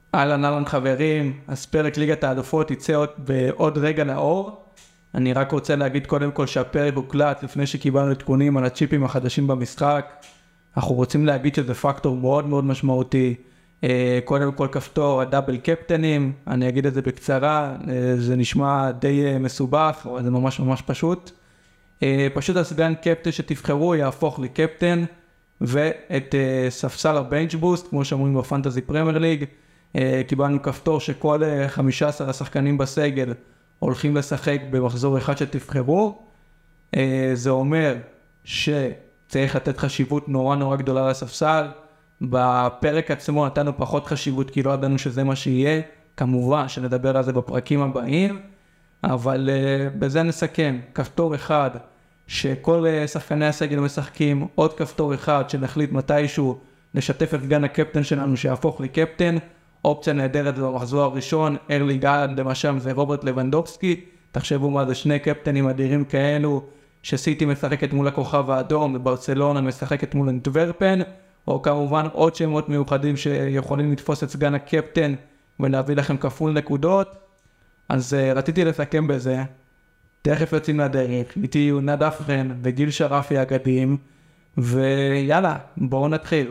אהלן חברים, אז פרק ליגת האלופות יצא בעוד רגע לאור. אני רק רוצה להגיד קודם כל שהפרק הוקלט לפני שקיבלנו עדכונים על הצ'יפים החדשים במשחק. אנחנו רוצים להגיד שזה פקטור מאוד מאוד משמעותי. קודם כל כפתור הדאבל קפטנים, אני אגיד את זה בקצרה, זה נשמע די מסובך, אבל זה ממש ממש פשוט. פשוט הסגן קפטן שתבחרו יהפוך לקפטן, ואת ספסל הבנץ' בוסט, כמו שאומרים בפנטזי פרמייר ליג, קיבלנו כפתור שכל 15 השחקנים בסגל הולכים לשחק במחזור אחד שתבחרו. זה אומר שצריך לתת חשיבות נורא גדולה לספסל. בפרק עצמו נתנו פחות חשיבות כי לא ידענו שזה מה שיהיה, כמובן שנדבר על זה בפרקים הבאים, אבל בזה נסכם. כפתור אחד שכל שחקני הסגל משחקים, עוד כפתור אחד שנחליט מתישהו לשתף את סגן הקפטן שלנו שיהפוך לקפטן. אופציה נהדרת במחזור הראשון, ארלינג הלנד למשל זה רוברט לבנדובסקי, תחשבו מה זה שני קפטנים אדירים כאלו, שסיטי משחקת מול הכוכב האדום, וברצלונה משחקת מול אנטוורפן, או כמובן עוד שמות מיוחדים שיכולים לתפוס את סגן הקפטן ולהביא לכם כפול נקודות. אז רציתי לסכם בזה, תכף יוצאים לדרך, איתי יהיו נדב חן וגיל שרפי אגדים, ויאללה, בואו נתחיל.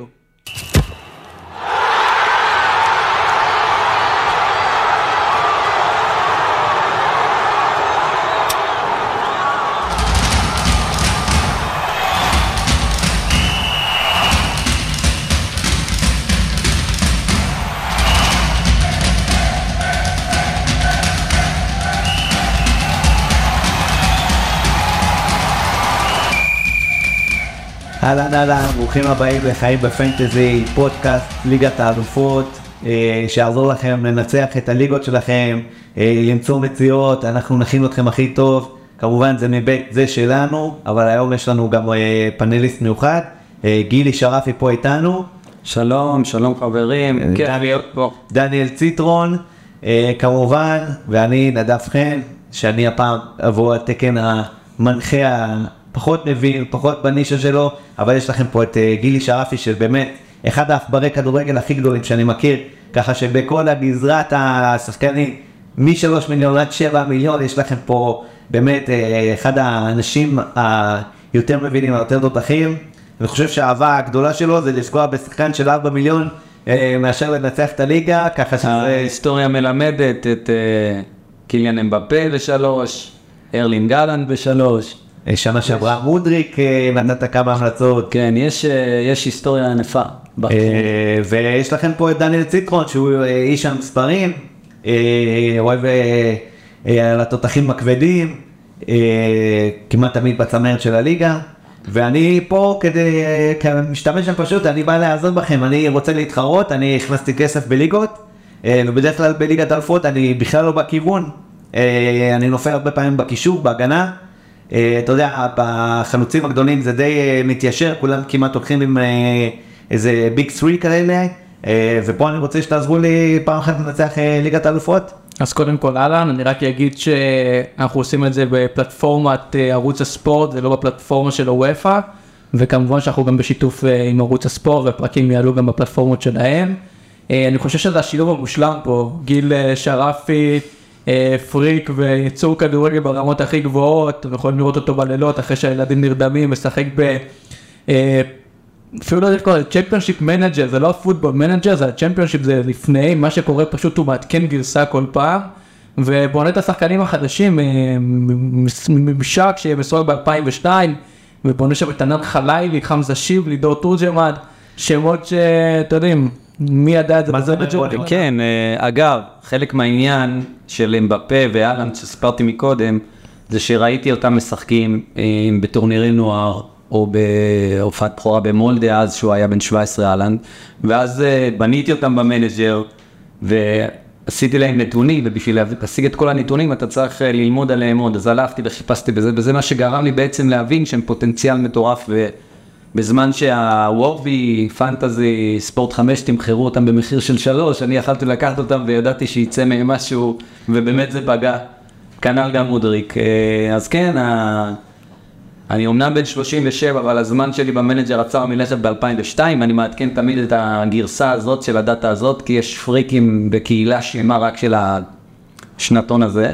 אהלן, ברוכים הבאים לחיים בפנטזי, פודקאסט ליגת האלופות, שיעזור לכם לנצח את הליגות שלכם, למצוא מציאות, אנחנו נכין אתכם הכי טוב, כמובן זה מבית זה שלנו, אבל היום יש לנו גם פאנליסט מיוחד, גילי שרפי פה איתנו. שלום חברים, דניאל ציטרון, כמובן, ואני נדב חן, שאני הפעם אבוא על תקן המנחה פחות מבין, פחות בנישה שלו, אבל יש לכם פה את גילי שרפי, שבאמת אחד העכברי כדורגל הכי גדולים שאני מכיר, ככה שבכל הגזרת השחקנים, מ3 מיליון עד 7 מיליון, יש לכם פה באמת אחד האנשים היותר מבינים, היותר תותחים, ואני חושב שהאהבה הגדולה שלו זה לפגוע בשחקן של 4 מיליון, מאשר לנצח את הליגה, ככה שזה... ההיסטוריה מלמדת את קיליאן אמבפה ב3, ארלינג הלנד ב3, שנה שעברה מודריק נתת כמה המלצות. כן, יש היסטוריה ענפה. ויש לכם פה את דניאל ציטרון, שהוא איש המספרים, אוהב על התותחים הכבדים, כמעט תמיד בצמרת של הליגה, ואני פה כדי, כמשתמש פשוט, אני בא לעזור בכם, אני רוצה להתחרות, אני הכנסתי כסף בליגות, ובדרך כלל בליגת האלופות אני בכלל לא בכיוון, אני נופל הרבה פעמים בקישור, בהגנה, אתה יודע, בחלוצים הגדולים זה די מתיישר, כולם כמעט הולכים עם איזה ביג 3 כאלה, ופה אני רוצה שתעזרו לי פעם אחת לנצח ליגת האלופות. אז קודם כל אהלן, אני רק אגיד שאנחנו עושים את זה בפלטפורמת ערוץ הספורט, זה לא בפלטפורמה של הוופא, וכמובן שאנחנו גם בשיתוף עם ערוץ הספורט, והפרקים יעלו גם בפלטפורמות שלהם. אני חושב שזה השילוב המושלם פה, גיל שרפי, פריק ויצור כדורגל ברמות הכי גבוהות, אתם יכולים לראות אותו בלילות אחרי שהילדים נרדמים, משחק אפילו לא יודע, צ'מפיונשיפ מנג'ר, זה לא הפוטבול מנג'ר, זה הצ'מפיונשיפ, זה לפני, מה שקורה פשוט הוא מעדכן גרסה כל פעם, ובונה את השחקנים החדשים, ממשק שמסורג ב-2002, ובונה שם את ענן חלילי, חמזה שיבלי, דור תורג'מאן, שמות שאתה יודעים, מי ידע את זה? מה זה כן, אגב, חלק מהעניין של אמבפה והלנד שספרתי מקודם, זה שראיתי אותם משחקים בטורנירי נוער, או בהופעת בחורה במולדה, אז שהוא היה בן 17 הלנד, ואז בניתי אותם במנג'ר, ועשיתי להם נתונים, ובשביל להשיג את כל הנתונים, אתה צריך ללמוד עליהם עוד, אז הלכתי וחיפשתי בזה, וזה מה שגרם לי בעצם להבין שהם פוטנציאל מטורף, בזמן שהוורבי, פנטזי, ספורט 5 תמחרו אותם במחיר של 3, אני יכלתי לקחת אותם וידעתי שיצא מהם משהו, ובאמת זה פגע. כנ"ל גם מודריק. אז כן, אני אומנם בן 37, אבל הזמן שלי במנג'ר עצר מלכת ב-2002, אני מעדכן תמיד את הגרסה הזאת של הדאטה הזאת, כי יש פריקים בקהילה שלמה רק של השנתון הזה.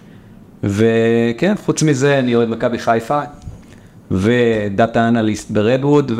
וכן, חוץ מזה אני אוהד מכבי חיפה, ודאטה אנליסט ברדווד,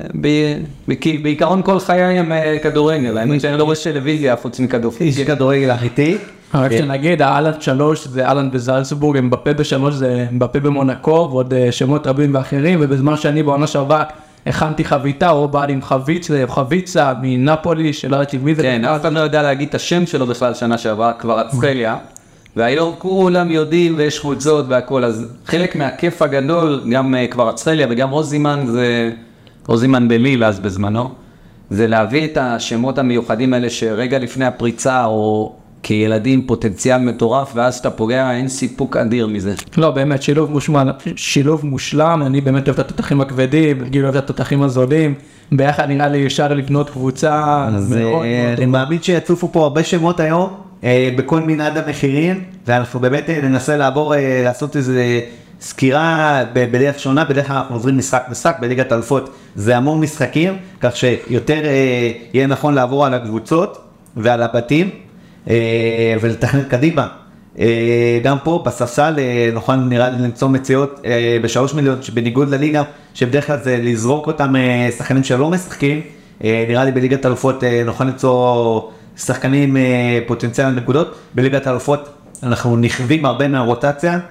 ובעיקרון כל חיי הם כדורגל, האמת שאני לא רואה טלוויזיה חוץ מכדורגל. איש כדורגל אמיתי. רק שנגיד, האלנד 3 זה אלנד בזלצבורג, אמבפה ב3 זה אמבפה במונקו, ועוד שמות רבים ואחרים, ובזמן שאני בעונה שעברה הכנתי חביתה, או בא עם חביצה מנפולי, שלא יודעת מי זה. כן, אף אחד לא יודע להגיד את השם שלו בכלל שנה שעברה, כבר אצפליה, והיום כולם יודעים ויש חולצות והכל, אז חלק מהכיף הגדול, גם כבר אצפליה וגם רוזימן, זה רוזימן בליל אז בזמנו, זה להביא את השמות המיוחדים האלה שרגע לפני הפריצה, או כילדים פוטנציאל מטורף, ואז אתה פוגע, אין סיפוק אדיר מזה. לא, באמת, שילוב מושלם, אני באמת אוהב את התותחים הכבדים, גיל אוהב את התותחים הזולים, ביחד נראה לי אפשר לבנות קבוצה. אז אני מאמין שיצופו פה הרבה שמות היום, בכל מנעד המחירים, ואנחנו באמת ננסה לעשות איזה סקירה בדרך שונה, בדרך כלל אנחנו עוברים משחק, בליגת האלופות זה המון משחקים, כך שיותר יהיה נכון לעבור על הקבוצות ועל הבתים, ולתכנן קדימה. גם פה בספסל נוכל נראה למצוא מציאות ב3 מיליון, שבניגוד לליגה, שבדרך כלל זה לזרוק אותם שחקנים שלא משחקים, נראה לי בליגת האלופות נוכל למצוא שחקנים פוטנציאל נקודות, בליגת האלופות אנחנו נכווים הרבה מהרוטציה,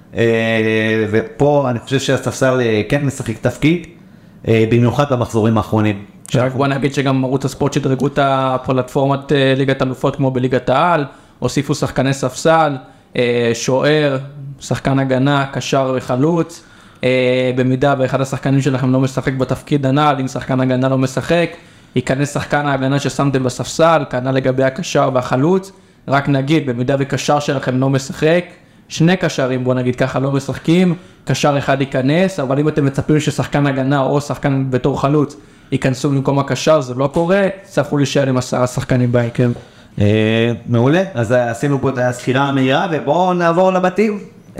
ופה אני חושב שהספסל כן משחק תפקיד, במיוחד במחזורים האחרונים. רק בוא נגיד שגם ערוץ הספורט שדרגו את הפלטפורמת ליגת אלופות כמו בליגת העל, הוסיפו שחקני ספסל, שוער, שחקן הגנה, קשר וחלוץ, במידה ואחד השחקנים שלכם לא משחק בתפקיד הנעל, אם שחקן הגנה לא משחק, ייכנס שחקן ההגנה ששמתם בספסל, כנ"ל לגבי הקשר והחלוץ, רק נגיד, במידה וקשר שלכם לא משחק, שני קשרים, בוא נגיד ככה, לא משחקים, קשר אחד ייכנס, אבל אם אתם מצפים ששחקן הגנה או שחקן בתור חלוץ, ייכנסו במקום הקשר, זה לא קורה, צריכו להישאר עם 10 שחקנים בהרכב. מעולה, אז עשינו פה את הסקירה המהירה, ובואו נעבור לבתים.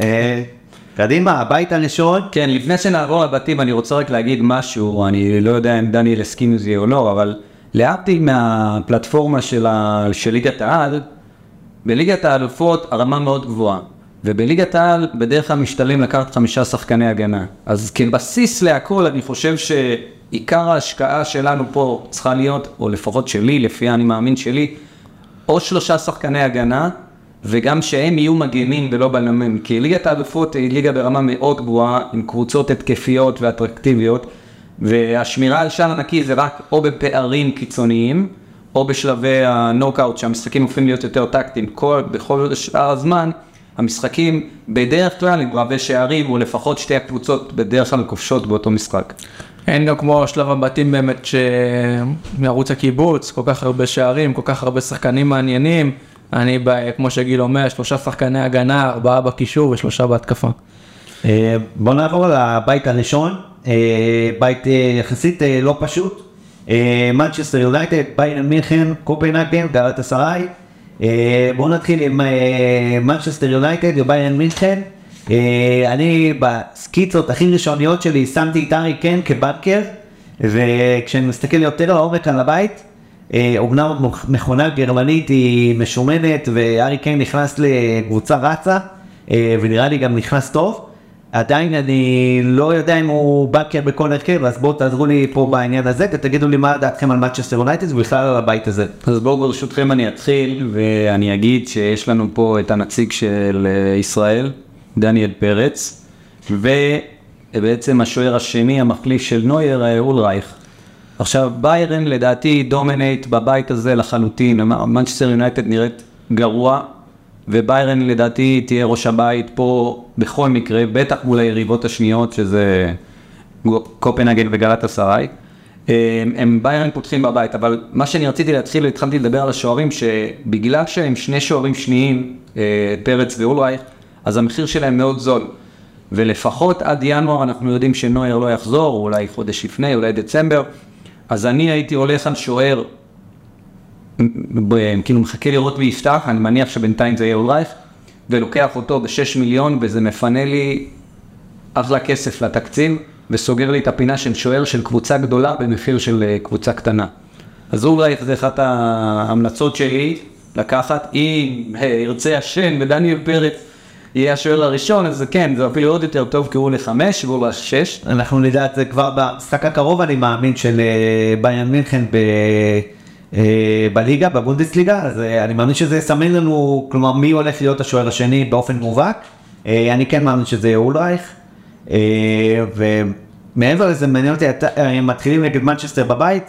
קדימה, הבית הראשון. כן, לפני שנעבור לבתים, אני רוצה רק להגיד משהו, אני לא יודע אם דניאל הסכים לזה או לא, אבל להבדיל מהפלטפורמה של ליגת העל, בליגת האלופות הרמה מאוד גבוהה, ובליגת העל בדרך כלל משתלם לקחת 5 שחקני הגנה. אז כבסיס להכל, אני חושב שעיקר ההשקעה שלנו פה צריכה להיות, או לפחות שלי, לפי אני מאמין שלי, או 3 שחקני הגנה, וגם שהם יהיו מגנים ולא בלמים, כי ליגת האלופות היא ליגה ברמה מאוד גבוהה, עם קבוצות התקפיות ואטרקטיביות, והשמירה על שער נקי זה רק או בפערים קיצוניים, או בשלבי הנוקאוט, שהמשחקים הופכים להיות יותר טקטיים. בכל שאר הזמן, המשחקים בדרך כלל עם רבי שערים, ולפחות 2 הקבוצות בדרך כלל כובשות באותו משחק. אין גם כמו שלב הבתים באמת מערוץ הקיבוץ, כל כך הרבה שערים, כל כך הרבה שחקנים מעניינים, אני כמו שגיל אומר, 3 שחקני הגנה, 4 בקישור ו3 בהתקפה. בואו נעבור לבית הראשון, בית יחסית לא פשוט, מנצ'סטר יונייטד, ביירן מינכן, קופנהגן, גלאטסראי. בואו נתחיל עם מנצ'סטר יונייטד וביירן מינכן. אני בסקיצות הכי ראשוניות שלי שמתי את הארי קיין כבנקר, וכשאני מסתכל יותר לעומק על הבית, אומנם מכונה גרמנית היא משומנת, והארי קיין נכנס לקבוצה רצה, ונראה לי גם נכנס טוב, עדיין אני לא יודע אם הוא בנקר בכל הרכב, אז בואו תעזרו לי פה בעניין הזה, ותגידו לי מה דעתכם על מנצ'סטר יונייטד ובכלל על הבית הזה. אז בואו ברשותכם אני אתחיל, ואני אגיד שיש לנו פה את הנציג של ישראל, דניאל פרץ, ובעצם השוער השני המחליף של נויר, אולרייך. עכשיו ביירן לדעתי דומינט בבית הזה לחלוטין, מנצ'סטר יונייטד נראית גרוע, וביירן לדעתי תהיה ראש הבית פה בכל מקרה, בטח מול היריבות השניות שזה קופנהגן וגלאטסראי. הם ביירן פותחים בבית, אבל מה שאני רציתי להתחיל, התחלתי לדבר על השוערים, שבגלל שהם 2 שוערים שניים, פרץ ואולרייך, אז המחיר שלהם מאוד זול. ולפחות עד ינואר אנחנו יודעים שנויר לא יחזור, אולי חודש לפני, אולי דצמבר, אז אני הייתי הולך על שוער, כאילו מחכה לראות ויפתח, אני מניח שבינתיים זה יהיה אולרייך, ולוקח אותו ב6 מיליון, וזה מפנה לי אחלה כסף לתקציב, וסוגר לי את הפינה של שוער של קבוצה גדולה במחיר של קבוצה קטנה. אז אולי זה אחת ההמלצות שלי לקחת, אם ירצה השם ודניאל פרץ יהיה השוער הראשון, אז כן, זה אפילו עוד יותר טוב, כי הוא ל5 והוא ל6. אנחנו נדע את זה כבר במשחק הקרוב, אני מאמין, של ביירן מינכן בליגה, בבונדסליגה, אז אני מאמין שזה יסמן לנו, כלומר, מי הולך להיות השוער השני באופן מובהק. אני כן מאמין שזה יהיה אולרייך, ומעבר לזה מעניין אותי, מתחילים נגד מנצ'סטר בבית,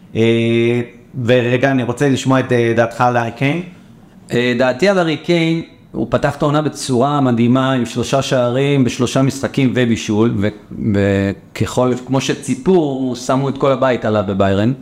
ורגע אני רוצה לשמוע את דעתך על הארי קיין. דעתי על הארי קיין, הוא פתח את העונה בצורה מדהימה, עם 3 שערים ב3 משחקים ובישול, וככל, כמו שציפו, שמו את כל הבית עליו בביירן.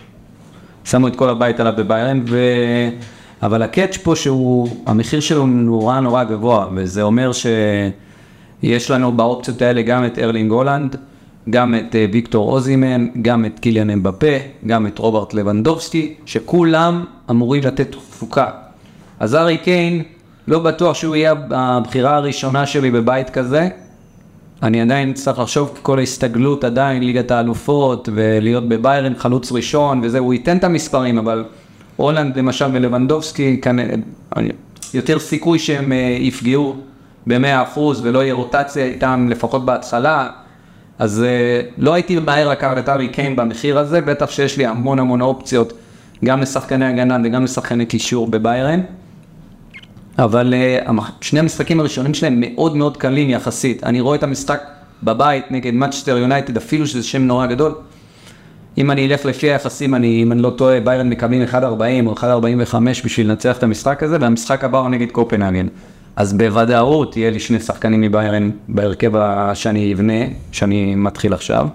אבל הקאץ' פה המחיר שלו נורא גבוה, וזה אומר שיש לנו באופציות האלה גם את ארלינג הולנד, גם את ויקטור אוזימן, גם את קיליאן אמבפה, גם את רוברט לבנדובסקי, שכולם אמורים לתת תפוקה. אז הארי קיין, לא בטוח שהוא יהיה הבחירה הראשונה שלי בבית כזה, אני עדיין צריך לחשוב כל ההסתגלות עדיין, ליגת האלופות, ולהיות בביירן חלוץ ראשון וזה, הוא ייתן את המספרים, אבל הולנד למשל ולבנדובסקי, יותר סיכוי שהם יפגעו ב100% ולא יהיה רוטציה איתם לפחות בהתחלה, אז לא הייתי מהר לקחת את הארי קיין במחיר הזה, בטח שיש לי המון אופציות, גם לשחקני הגנה וגם לשחקני קישור בביירן, אבל שני המשחקים הראשונים שלהם מאוד קלים יחסית. אני רואה את המשחק בבית נגד מנצ'סטר יונייטד, אפילו שזה שם נורא גדול. אם אני אלך לפי היחסים, אם אני לא טועה, ביירן מקבלים 1.40 או 1.45 בשביל לנצח את המשחק הזה, והמשחק הבא הוא נגד קופנהגן. אז בוודאות יהיה לי 2 שחקנים מביירן בהרכב שאני אבנה, שאני מתחיל עכשיו.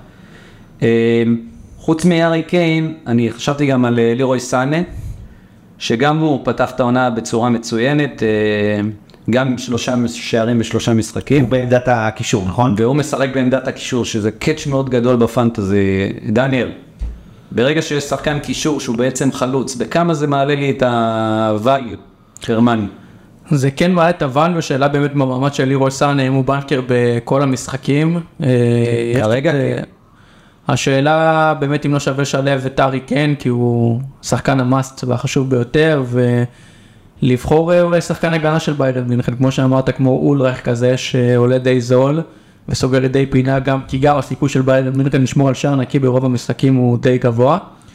חוץ מהארי קיין, אני חשבתי גם על לירוי סאנה, שגם הוא פתח את העונה בצורה מצוינת, גם עם 3 שערים ב3 משחקים. הוא בעמדת הקישור, נכון? והוא משחק בעמדת הקישור, שזה קאץ' מאוד גדול בפנטזי. דניאל, ברגע שיש שחקן קישור שהוא בעצם חלוץ, בכמה זה מעלה לי את הוואליו, חרמני? זה כן מעלה את הוואליו, שאלה באמת במעמד של לירוי סאנה, אם הוא בנקר בכל המשחקים. כרגע השאלה באמת אם לא שווה שלב את הארי קיין, כי הוא שחקן המאסט והחשוב ביותר, ולבחור אולי שחקן הגנה של ביירן מינכן, כמו שאמרת, כמו אולרייך כזה, שעולה די זול, וסוגר די פינה גם, כי גם הסיכוי של ביירן מינכן לשמור על שער נקי ברוב המשחקים הוא די גבוה,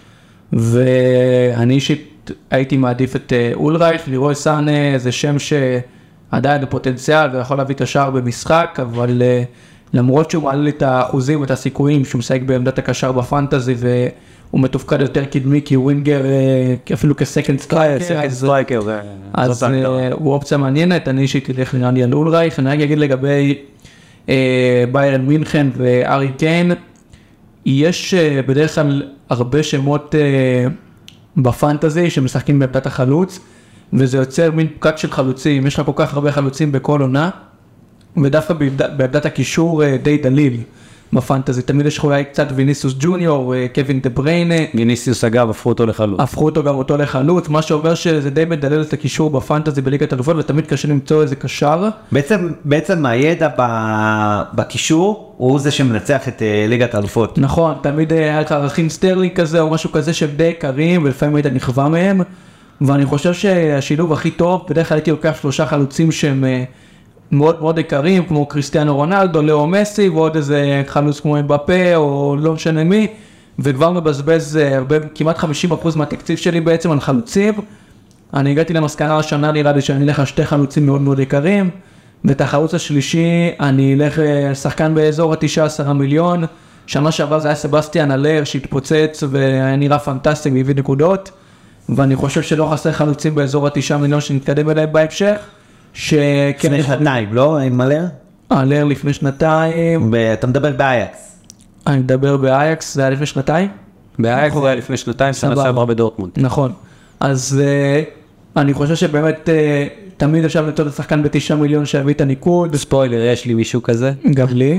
ואני אישית הייתי מעדיף את אולרייך. לירוי סאנה זה שם שעדיין בפוטנציאל, ויכול להביא את השער במשחק, אבל למרות שהוא מעלה לי את האחוזים ואת הסיכויים שהוא משחק בעמדת הקשר בפנטזי, והוא מתופקד יותר קדמי כי הוא ווינגר, אפילו כסקנד סטרייקר, אז הוא אופציה מעניינת. אני אישית תלך נראה לי על אולרייך. אני אגיד לגבי ביירן מינכן והארי קיין, יש בדרך כלל הרבה שמות בפנטזי שמשחקים בעמדת החלוץ, וזה יוצר מין פקק של חלוצים. יש לך כל כך הרבה חלוצים בכל עונה, ודווקא בעמדת הקישור די דליל בפנטזי. תמיד יש אולי קצת ויניסיוס ג'וניור, קווין דה בריינה. ויניסיוס אגב, הפכו אותו לחלוץ, מה שאומר שזה די מדלל את הקישור בפנטזי בליגת האלופות, ותמיד קשה למצוא איזה קשר. בעצם הידע בקישור הוא זה שמנצח את ליגת האלופות. נכון, תמיד היה לך ערכים סטרלינג כזה או משהו כזה שהם די יקרים, ולפעמים היית נכווה מהם, ואני חושב שהשילוב הכי טוב, בדרך כלל הייתי לוקח 3 חלוצים שהם מאוד יקרים, כמו קריסטיאנו רונלדו, לאו מסי, ועוד איזה חלוץ כמו אמבפה, או לא משנה מי, וכבר מבזבז כמעט 50% מהתקציב שלי בעצם על חלוצים. אני הגעתי למסקנה השנה, נראה לי שאני אלך על 2 חלוצים מאוד יקרים, ואת החלוץ השלישי, אני אלך לשחקן באזור ה-19 מיליון, שנה שעבר זה היה סבסטיאן אלר, שהתפוצץ, והיה נראה פנטסטי, והביא נקודות, ואני חושב שלא חסר חלוצים באזור ה-9 מיליון, שנתקדם אליהם בהמשך, לפני שנתיים, לא? עם אלר? אלר לפני שנתיים. אתה מדבר באייקס. אני מדבר באייקס, זה היה לפני שנתיים? באייקס זה היה לפני שנתיים, שנה שעברה בדורטמונד. נכון. אז אני חושב שבאמת תמיד אפשר למצוא את השחקן ב9 מיליון שהביא את הניקוד. ספוילר, יש לי מישהו כזה? גם לי.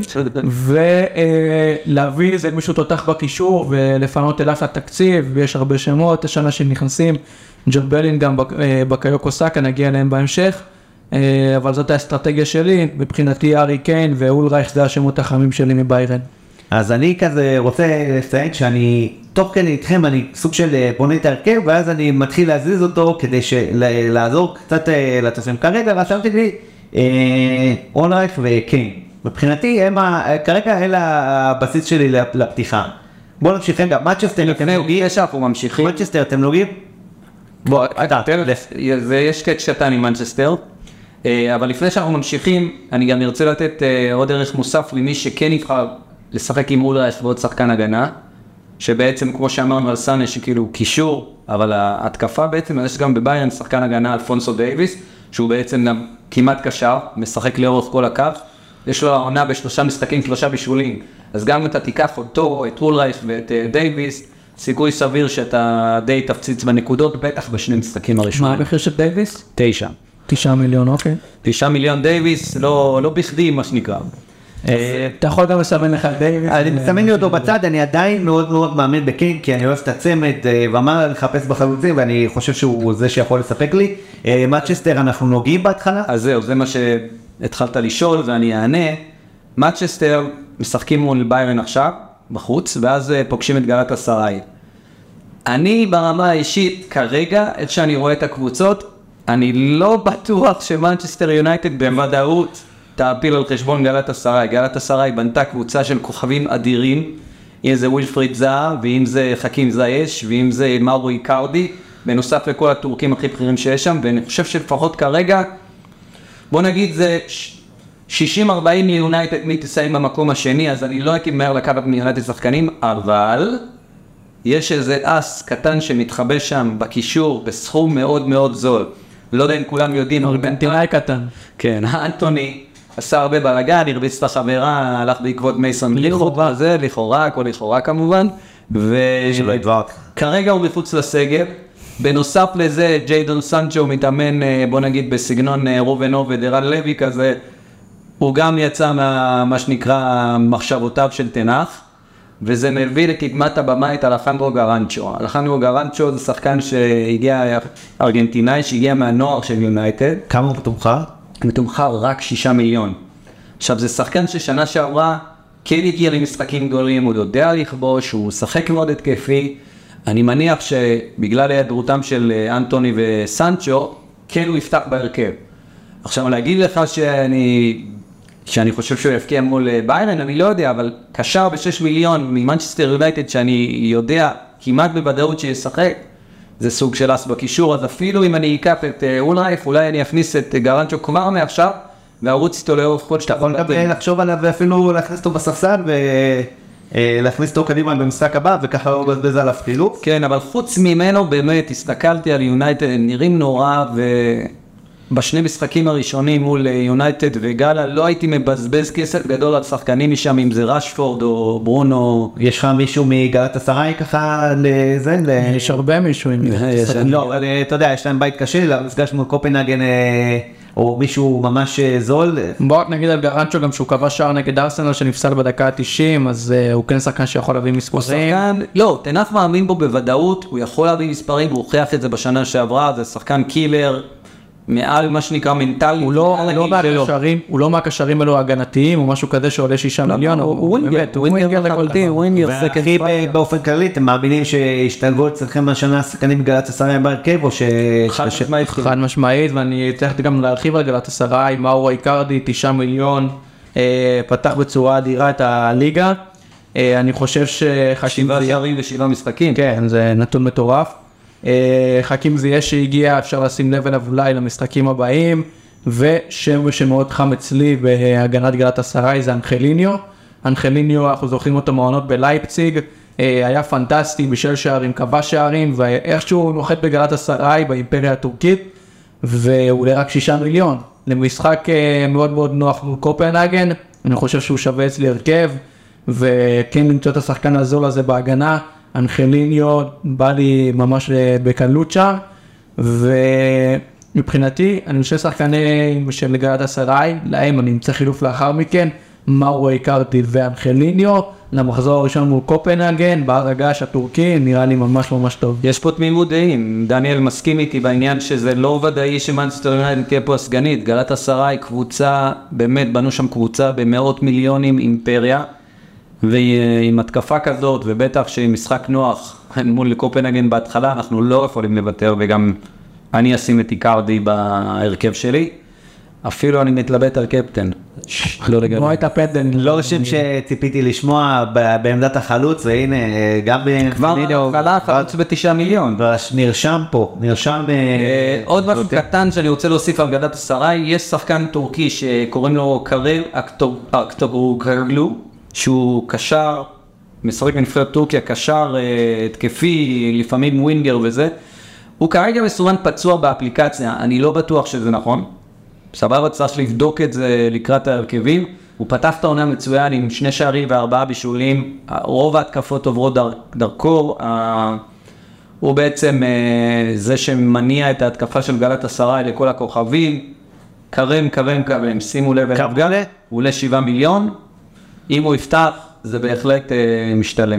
ולהביא איזה מישהו תותח בקישור ולפנות אליו התקציב, ויש הרבה שמות, השנה שנכנסים, ג'ון בלינגהאם, בקיוקו סאקה, נגיע אליהם בהמשך. אבל זאת האסטרטגיה שלי, מבחינתי ארי קיין ואולרייך זה השמות החמים שלי מביירן. אז אני כזה רוצה לציין שאני, תוך כדי איתכם, אני סוג של בונה את ההרכב, ואז אני מתחיל להזיז אותו כדי לעזור קצת לתוספים. כרגע רשמתי לי אולרייך וקיין. מבחינתי, כרגע אלה הבסיס שלי לפתיחה. בואו נמשיך רגע, מצ'סטר, מצ'סטר, אתם נוגעים? בוא, יש קטש קטן עם מנצ'סטר, אבל לפני שאנחנו ממשיכים, אני גם ארצה לתת עוד ערך מוסף למי שכן יבחר לשחק עם אולרייך ועוד שחקן הגנה, שבעצם כמו שאמרנו על סאנה שכאילו קישור, אבל ההתקפה בעצם, יש גם בביירן שחקן הגנה אלפונסו דייביס, שהוא בעצם גם כמעט קשר, משחק לאורך כל הקו, יש לו עונה ב3 משחקים, 3 בישולים, אז גם אם אתה תיקח אותו, את אולרייך ואת דייביס, סיכוי סביר שאתה די תפציץ בנקודות, בטח בשני משחקים הראשונים. מה המחיר של דייביס? 9. 9 מיליון, אוקיי. 9 מיליון דייביס, לא בכדי מה שנקרא. אתה יכול גם לסמן לך דייביס. אני מסמן לי אותו בצד, אני עדיין מאוד מאוד מאמין בקיין, כי אני אוהב את הצמד, ואמר לחפש בחלוצים, ואני חושב שהוא זה שיכול לספק לי. מצ'סטר אנחנו נוגעים בהתחלה? אז זהו, זה מה שהתחלת לשאול, ואני אענה. מצ'סטר משחקים מול ביירן עכשיו, בחוץ, ואז פוגשים את גלאטסראי. אני ברמה האישית, כרגע, איך שאני רואה את הקבוצות, אני לא בטוח שמנצ'סטר יונייטד בוודאות תעפיל על חשבון גלאטסראי. גלאטסראי בנתה קבוצה של כוכבים אדירים, אם זה ווילפריד זהה, ואם זה חכים זייש, ואם זה מאורו איקרדי, בנוסף לכל הטורקים הכי בכירים שיש שם, ואני חושב שלפחות כרגע, בוא נגיד זה 60-40 מיונייטד מי תסיים במקום השני, אז אני לא הייתי מהר לקחת מיונייטד שחקנים, אבל יש איזה אס קטן שמתחבא שם בקישור בסכום מאוד מאוד זול. לא יודע אם כולם יודעים. ארגנטינאי קטן. כן, אנטוני עשה הרבה בלגן, הרביץ את החברה, הלך בעקבות מייסון. לכאורה זה, לכאורה, הכל לכאורה כמובן. כרגע הוא מחוץ לסגל. בנוסף לזה, ג'יידון סנצ'ו מתאמן, בוא נגיד, בסגנון רובן עובד, ערן לוי כזה. הוא גם יצא מה שנקרא מחשבותיו של תנח, וזה מביא לקדמת הבמה את אלחנדרו גרנצ'ו. אלחנדרו גרנצ'ו זה שחקן שהגיע, ארגנטינאי שהגיע מהנוער של יונייטד. כמה הוא מתומחר? מתומחר רק 6 מיליון. עכשיו זה שחקן ששנה שעברה כן הגיע למשחקים גדולים, הוא יודע לכבוש, הוא שחק מאוד התקפי. אני מניח שבגלל היעדרותם של אנטוני וסנצ'ו, כן הוא יפתח בהרכב. עכשיו להגיד לך שאני חושב שהוא יפקיע מול ביירן, אני לא יודע, אבל קשר ב6 מיליון ממנצ'סטר יונייטד שאני יודע כמעט בוודאות שישחק, זה סוג של אס בקישור, אז אפילו אם אני אקח את אולרייך, אולי אני אכניס את גרנצ'ו כבר מעכשיו, והרוץ איתו לאורך כל שאתה יכול לחשוב עליו ואפילו להכניס אותו בספסל ולהכניס אותו קדימה במשחק הבא, וככה הוא מבזבז עליו חילוף. כן, אבל חוץ ממנו באמת הסתכלתי על יונייטד, נראים נורא בשני משחקים הראשונים מול יונייטד וגאלה, לא הייתי מבזבז כסף גדול על שחקנים משם, אם זה רשפורד או ברונו. יש לך מישהו מגלאטסראי ככה לזה? יש הרבה מישהו. לא, אתה יודע, יש להם בית קשה, למפגש מול קופנהגן או מישהו ממש זול. בוא נגיד על גרנצ'ו גם שהוא קבע שער נגד ארסנל שנפסל בדקה ה-90, אז הוא כן שחקן שיכול להביא מספרים. לא, תנח מאמין בו בוודאות, הוא יכול להביא מספרים, הוא הוכיח את זה בשנה שעברה, זה שחקן קילר. מעל מה שנקרא מנטלי, הוא לא מהקשרים אלו ההגנתיים, או משהו כזה שעולה 6 מיליון, הוא ווינגר לחלוטין, והכי באופן כללי, אתם מאמינים שהשתלבו אצלכם השנה השחקנים בגלאטסראי בהרכב, או חד משמעית, ואני צריך גם להרחיב על גלאטסראי, מאורו איקרדי, 9 מיליון, פתח בצורה אדירה את הליגה, אני חושב שחכים 7 שערים ו7 משחקים, כן, זה נתון מטורף. חכים זייש שהגיע, אפשר לשים לב אליו אולי למשחקים הבאים, ושם שמאוד חם אצלי בהגנת גלאטסראי זה אנחליניו. אנחליניו, אנחנו זוכרים אותו מעונות בלייפציג, היה פנטסטי בשל שערים, קבע שערים, ואיכשהו הוא נוחת בגלאטסראי באימפריה הטורקית, והוא עולה רק 6 מיליון. למשחק מאוד מאוד נוח מול קופנהגן, אני חושב שהוא שווה אצלי הרכב, וכן למצוא את השחקן הזול הזה בהגנה, אנחליניו בא לי ממש בקלות שם, ומבחינתי אני חושב שחקנים של גלאטסראי, להם אני אמצא חילוף לאחר מכן, מאורו איקרדי ואנחליניו, למחזור הראשון מול קופנהגן, בהר הגעש הטורקי, נראה לי ממש ממש טוב. יש פה תמימות דעים, דניאל מסכים איתי בעניין שזה לא ודאי שמנצ'סטר יונייטד תהיה פה הסגנית, גלאטסראי קבוצה, באמת בנו שם קבוצה במאות מיליונים, אימפריה, ועם התקפה כזאת, ובטח שעם משחק נוח מול קופנהגן בהתחלה, אנחנו לא יכולים לוותר, וגם אני אשים את איקרדי בהרכב שלי, אפילו אני מתלבט על קפטן. לא לגמרי. כמו הייתה פנדל. לא חושב שציפיתי לשמוע בעמדת החלוץ, והנה, גם כבר חלוץ ב9 מיליון. נרשם פה, נרשם... עוד משהו קטן שאני רוצה להוסיף על גלאטסראי, יש שחקן טורקי שקוראים לו קרל אקטוגלו, שהוא קשר, משחק בנבחרת טורקיה, קשר התקפי, לפעמים ווינגר וזה. הוא כרגע מסומן פצוע באפליקציה, אני לא בטוח שזה נכון. סבבה, צריך לבדוק את זה לקראת ההרכבים. הוא פתח את העונה מצוין עם 2 שערים ו4 בישולים. רוב ההתקפות עוברות דרכו. הוא בעצם זה שמניע את ההתקפה של גלאטסראי לכל הכוכבים. קרם, שימו לב אליו. הוא עולה 7 מיליון. אם הוא יפתח, זה בהחלט משתלם.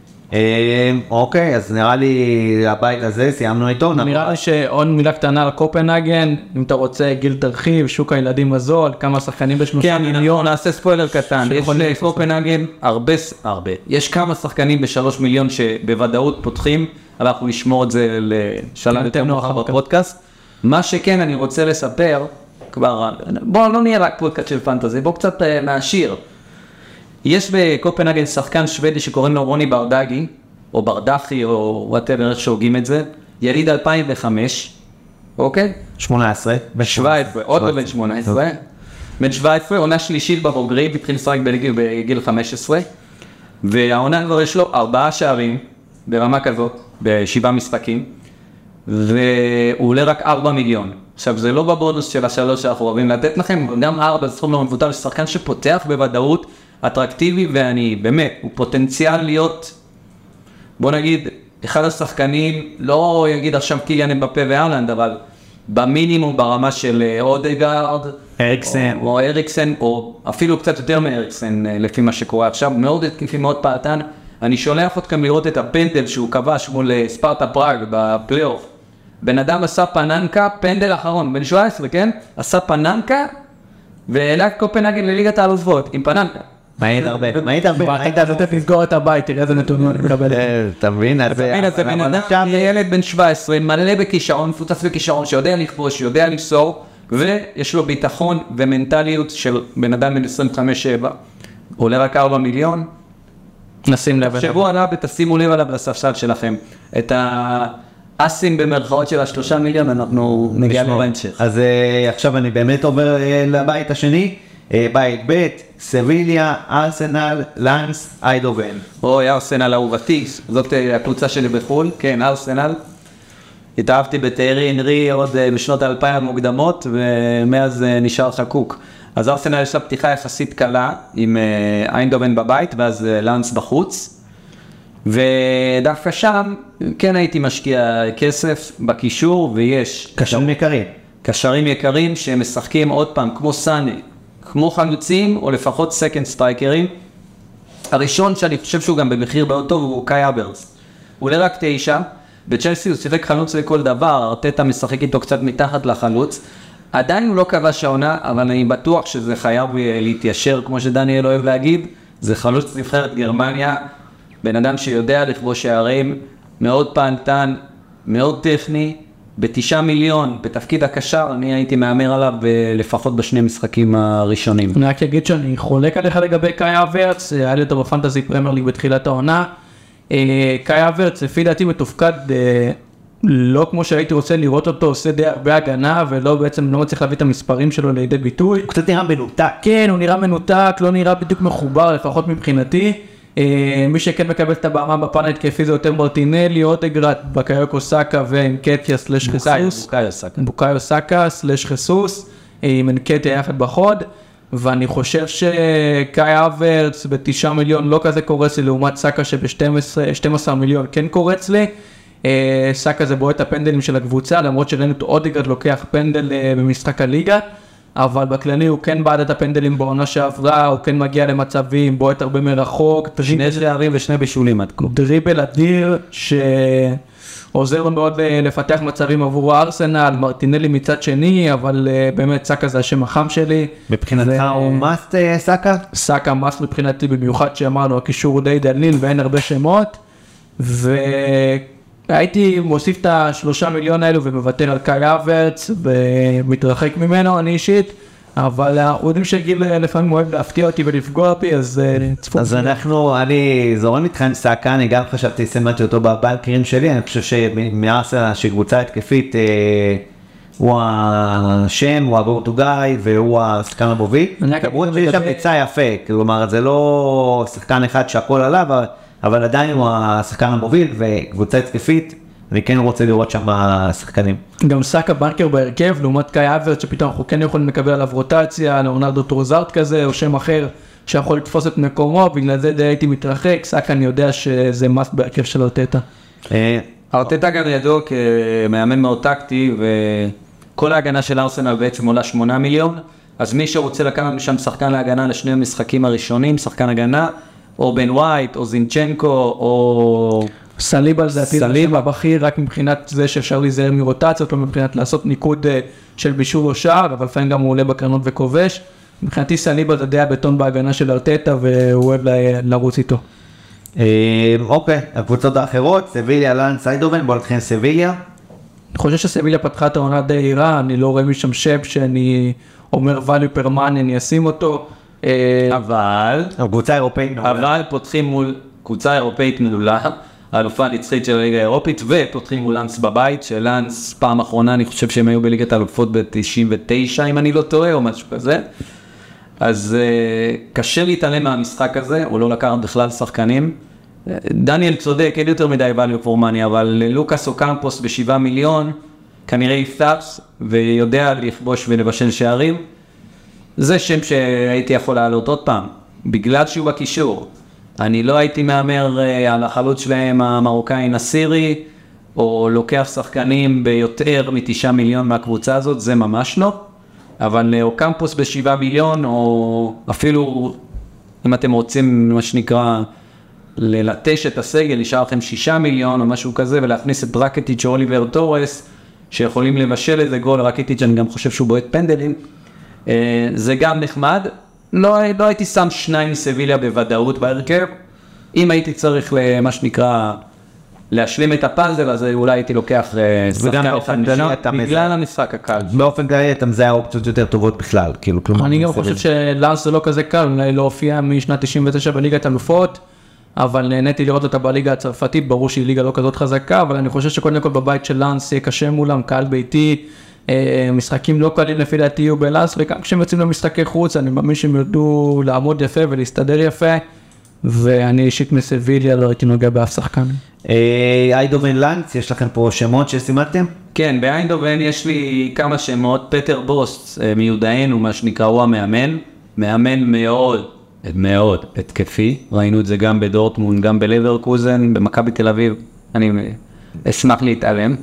אוקיי, אז נראה לי הבית הזה, סיימנו איתו. נראה לי שעוד מילה קטנה על קופנהגן, אם אתה רוצה גיל תרחיב, שוק הילדים הזול, כמה שחקנים ב3 מיליון. נעשה ספוילר קטן, יש קופנהגן הרבה, יש כמה שחקנים ב3 מיליון שבוודאות פותחים, אבל אנחנו נשמור את זה לשלב יותר נוח בפודקאסט. מה שכן אני רוצה לספר, כבר, בואו לא נהיה רק פודקאסט של פנטזי, בואו קצת מהשיר. יש בקופנהגן שחקן שוודי שקוראים לו רוני ברדגי, או ברדחי, או whatever, איך שהוגים את זה, יליד 2005, אוקיי? 18. עוד בן 18. בן 17, עונה שלישית בבוגרים, התחיל לשחק בגיל 15, והעונה כבר יש לו 4 שערים, ברמה כזאת, ב7 משחקים, והוא עולה רק 4 מיליון. עכשיו, זה לא בבונוס של ה3 שאנחנו אוהבים לתת לכם, גם 4 סכום לא מבוטל, שחקן שפותח בוודאות, אטרקטיבי, ואני באמת, הוא פוטנציאל להיות, בוא נגיד, אחד השחקנים, לא יגיד עכשיו קיליאן אמבפה והאלנד, אבל במינימום ברמה של אודגארד, או אריקסן, או אפילו קצת יותר מאריקסן, לפי מה שקורה עכשיו, מאוד התקפי, מאוד פעתן. אני שולח אתכם לראות את הפנדל שהוא כבש מול ספרטה פראג בפלייאוף. בן אדם עשה פננקה, פנדל אחרון, בן 17, כן? עשה פננקה, והעלה קופנהגן לליגת האלופות, עם פננקה. מעיד הרבה. היית לתת לסגור את הבית, תראה איזה נתונים אני מקבל. אתה מבין? זה בן אדם, ילד בן 17, מלא בכישרון, מפוצץ בכישרון, שיודע לכבוש, שיודע למסור, ויש לו ביטחון ומנטליות של בן אדם בן 25-7. עולה רק 4 מיליון. נשים לב. שבוע עליו ותשימו לב עליו לספסל שלכם. את האסים במרכאות של 3 מיליון, אנחנו נגיע להמשך. אז עכשיו אני באמת עובר לבית השני. בית ב', סביליה, ארסנל, לנס, איידובן. אוי, ארסנל אהובתי, זאת הקבוצה שלי בחול, כן, ארסנל. התאהבתי בתיירי אנרי עוד בשנות 2000 המוקדמות, ומאז נשאר חקוק. אז ארסנל יש לה פתיחה יחסית קלה, עם איידובן בבית, ואז לנס בחוץ. ודווקא שם, כן הייתי משקיע כסף בקישור, ויש... קשרים יקרים. קשרים יקרים שהם משחקים עוד פעם, כמו סאני. כמו חלוצים, או לפחות סקנד סטרייקרים. הראשון שאני חושב שהוא גם במחיר מאוד טוב, הוא קאי אברס. הוא עולה רק 9, בצ'לסי הוא שיחק חלוץ לכל דבר, ארטטה משחק איתו קצת מתחת לחלוץ. עדיין הוא לא כבש העונה, אבל אני בטוח שזה חייב להתיישר, כמו שדניאל אוהב להגיד. זה חלוץ נבחרת גרמניה, בן אדם שיודע לכבוש שערים, מאוד פענתן, מאוד טכני, ב9 מיליון, בתפקיד הקשר, אני הייתי מאמר עליו לפחות בשני משחקים הראשונים. אני רק אגיד שאני חולק עליך לגבי קאי אברץ, היה לי אותו בפנטזי פרמייר ליג בתחילת העונה. קאי אברץ, לפי דעתי מתופקד לא כמו שהייתי רוצה לראות אותו, עושה די הרבה הגנה, ולא בעצם לא מצליח להביא את המספרים שלו לידי ביטוי. הוא קצת נראה מנותק. כן, הוא נראה מנותק, לא נראה בדיוק מחובר, לפחות מבחינתי. מי שכן מקבל את הבמה בפן ההתקפי זה יותר מרטינלי, אודגרד, בקאיוקו סאקה ואנקטיה סלש חסוס. בוקאיו סאקה סלש חסוס, עם אנקטיה יחד בחוד, ואני חושב שקאי אברץ ב9 מיליון לא כזה קורץ לי, לעומת סאקה שב12 מיליון כן קורץ לי. סאקה זה בועט הפנדלים של הקבוצה, למרות שראינו את אודגרד לוקח פנדל במשחק הליגה, אבל בכללי הוא כן בעד את הפנדלים בעונה שעברה, הוא כן מגיע למצבים, בועט הרבה מרחוק, שני שערים ושני בישולים עד כה. דריבל אדיר שעוזר לו מאוד לפתח מצבים עבור הארסנל, מרטינלי מצד שני, אבל באמת סאקה זה השם החם שלי. מבחינתך הוא מאסט סאקה? סאקה מאסט מבחינתי, במיוחד שאמרנו, הקישור די דליל ואין הרבה שמות, והייתי מוסיף את ה3 מיליון האלו ומוותר על קאי אברץ ומתרחק ממנו, אני אישית, אבל אנחנו יודעים שגיל לפעמים אוהב להפתיע אותי ולפגוע בי, אז צפו. אז אני זורם איתך עם סאקה, אני גם חשבתי סמדתי אותו בבנקרים שלי, אני חושב שמארסנל שקבוצה התקפית הוא השם, הוא הגורטוגאי והוא השחקן המוביל. למרות שיש שם ביצע יפה, כלומר זה לא שחקן אחד שהכל עליו, אבל עדיין הוא השחקן המוביל וקבוצה התקפית, אני כן רוצה לראות שם שחקנים. גם סאקה בנקר בהרכב, לעומת קאי אברץ שפתאום אנחנו כן יכולים לקבל עליו רוטציה, לאונרדו טרוזארט כזה, או שם אחר שיכול לתפוס את מקומו, בגלל זה די הייתי מתרחק, סאקה אני יודע שזה מאסט בהרכב של ארטטה. ארטטה גם ידוע כמאמן מאוד טקטי, וכל ההגנה של ארסנל בעצם עולה 8 מיליון, אז מי שרוצה לקחת משם שחקן להגנה לשני המשחקים הראשונים, שחקן הגנה, או בן ווייט, או זינצ'נקו, או סליבה זה סליבה בכיר, רק מבחינת זה שאפשר להיזהר מרוטציות, או מבחינת לעשות ניקוד של בישול או שער, אבל לפעמים גם הוא עולה בקרנות וכובש. מבחינתי סליבה זה די הבטון בהגנה של ארטטה, והוא אוהב לרוץ איתו. אוקיי, הקבוצות האחרות, סביליה, לנס, איידובן, בוא נתחיל סביליה. אני חושב שסביליה פתחה את העונה די עירה, אני לא רואה משם שם שאני אומר value per money, אני אשים אותו. אבל פותחים מול קבוצה אירופאית מלולה, האלופה הנצחית של הליגה האירופית, ופותחים מול לנס בבית, שלנס פעם אחרונה, אני חושב שהם היו בליגת האלופות ב-99, אם אני לא טועה, או משהו כזה. אז קשה להתעלם מהמשחק הזה, הוא לא לקח בכלל שחקנים. דניאל צודק, אין יותר מדי value for money, אבל לוקאס אוקמפוס ב7 מיליון, כנראה יפתח, ויודע לכבוש ולבשל שערים. זה שם שהייתי יכול לעלות עוד פעם, בגלל שהוא בקישור. אני לא הייתי מאמר על החלוץ שלהם המרוקאי נסירי, או לוקח שחקנים ביותר מ9 מיליון מהקבוצה הזאת, זה ממש לא. אבל אוקמפוס ב7 מיליון, או אפילו אם אתם רוצים מה שנקרא ללטש את הסגל, נשאר לכם 6 מיליון או משהו כזה, ולהכניס את רקטיץ' או אוליבר טורס, שיכולים לבשל איזה גול. רקטיץ' אני גם חושב שהוא בועט פנדלים. זה גם נחמד, לא הייתי שם 2 מסביליה בוודאות בהרכב, אם הייתי צריך למה שנקרא להשלים את הפאזל, אז אולי הייתי לוקח שחקן אחד בגלל המשחק הקל. באופן כללי אתה מזהה אופציות יותר טובות בכלל, כאילו כלומר. אני גם חושב שלאנס זה לא כזה קל, אולי לא הופיע משנת 99 בליגת אלופות, אבל נהניתי לראות אותה בליגה הצרפתית, ברור שהיא ליגה לא כזאת חזקה, אבל אני חושב שקודם כל בבית של לאנס יהיה קשה מולם, קהל ביתי, משחקים לא קלים לפי דעתי יהיו בלאס, וגם כשהם יוצאים למשחקי חוץ, אני מאמין שהם יודעו לעמוד יפה ולהסתדר יפה, ואני אישית מסביליה לא הייתי נוגע באף שחקן. איידובן לנץ, יש לכם פה שמות שסימדתם? כן, באיידובן יש לי כמה שמות, פטר בוסט מיודען, הוא מה שנקרא, הוא המאמן, מאמן מאוד התקפי, ראינו את זה גם בדורטמונד, גם בלברקוזן, במכבי תל אביב, אני אשמח להתעלם.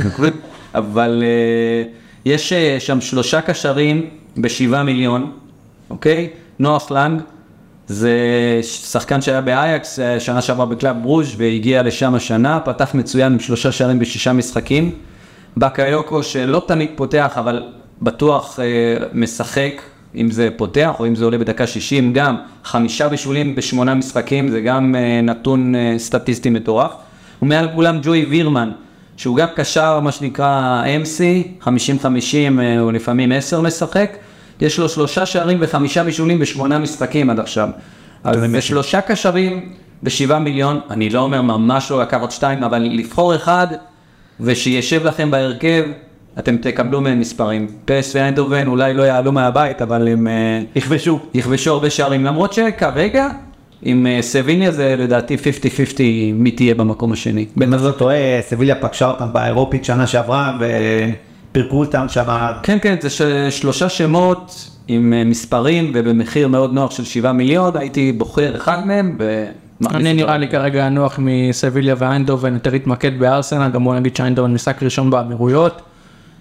אבל יש שם 3 קשרים ב7 מיליון, אוקיי? נוח לנג, זה שחקן שהיה באייקס, שנה שעברה בקלאב ברוז' והגיע לשם השנה, פתח מצוין עם 3 שערים ב6 משחקים. בקיוקו שלא תמיד פותח, אבל בטוח משחק, אם זה פותח או אם זה עולה בדקה 60, גם 5 בישולים ב8 משחקים, זה גם נתון סטטיסטי מטורף. ומעל כולם ג'וי וירמן, שהוא גם קשר מה שנקרא MC, 50-50 או לפעמים 10 משחק, יש לו 3 שערים ו5 בישולים ב8 משחקים עד עכשיו. אז ב3 קשרים ב7 מיליון, אני לא אומר ממש לא לקחת 2, אבל לבחור אחד, ושישב לכם בהרכב, אתם תקבלו מהם מספרים. פס ואיינדובן אולי לא יעלו מהבית, אבל הם יכבשו הרבה שערים, למרות שכרגע, עם סביליה זה לדעתי 50-50 מי תהיה במקום השני. בין זאת טועה, סביליה פגשה אותם באירופית שנה שעברה ופרקו אותם שם. כן, זה 3 שמות עם מספרים ובמחיר מאוד נוח של 7 מיליון, הייתי בוחר אחד מהם. אני נראה לי כרגע נוח מסביליה ואיינדובן, יותר התמקד בארסנל, גם בוא נגיד שאיינדובן משחק ראשון באמירויות,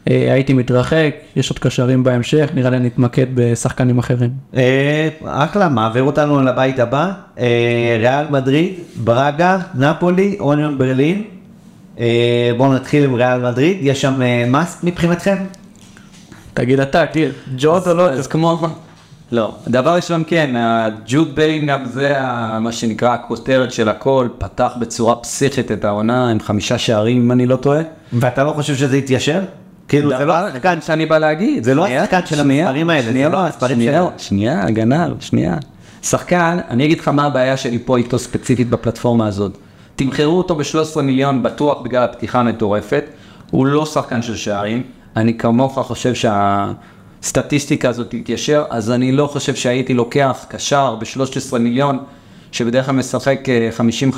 הייתי מתרחק, יש עוד קשרים בהמשך, נראה לי נתמקד בשחקנים אחרים. אחלה, מעביר אותנו לבית הבא, ריאל מדריד, ברגה, נפולי, אוניון ברלין. בואו נתחיל עם ריאל מדריד, יש שם מאסט מבחינתכם? תגיד אתה, ג'וט או לא? אז כמו... לא, דבר ראשון כן, ג'וד בלינגהאם זה מה שנקרא הכותרת של הכל, פתח בצורה פסיכית את העונה עם 5 שערים אם אני לא טועה. ואתה לא חושב שזה יתיישר? כאילו זה לא השחקן שאני בא להגיד. זה לא השחקן של המספרים האלה, זה לא המספרים שלו. שנייה, הגנה, שנייה. שחקן, אני אגיד לך מה הבעיה שלי פה איתו ספציפית בפלטפורמה הזאת. תמחרו אותו ב-13 מיליון בטוח בגלל הפתיחה המטורפת, הוא לא שחקן של שערים, אני כמוך חושב סטטיסטיקה הזאת תתיישר, אז אני לא חושב שהייתי לוקח קשר ב-13 מיליון, שבדרך כלל משחק 50-50,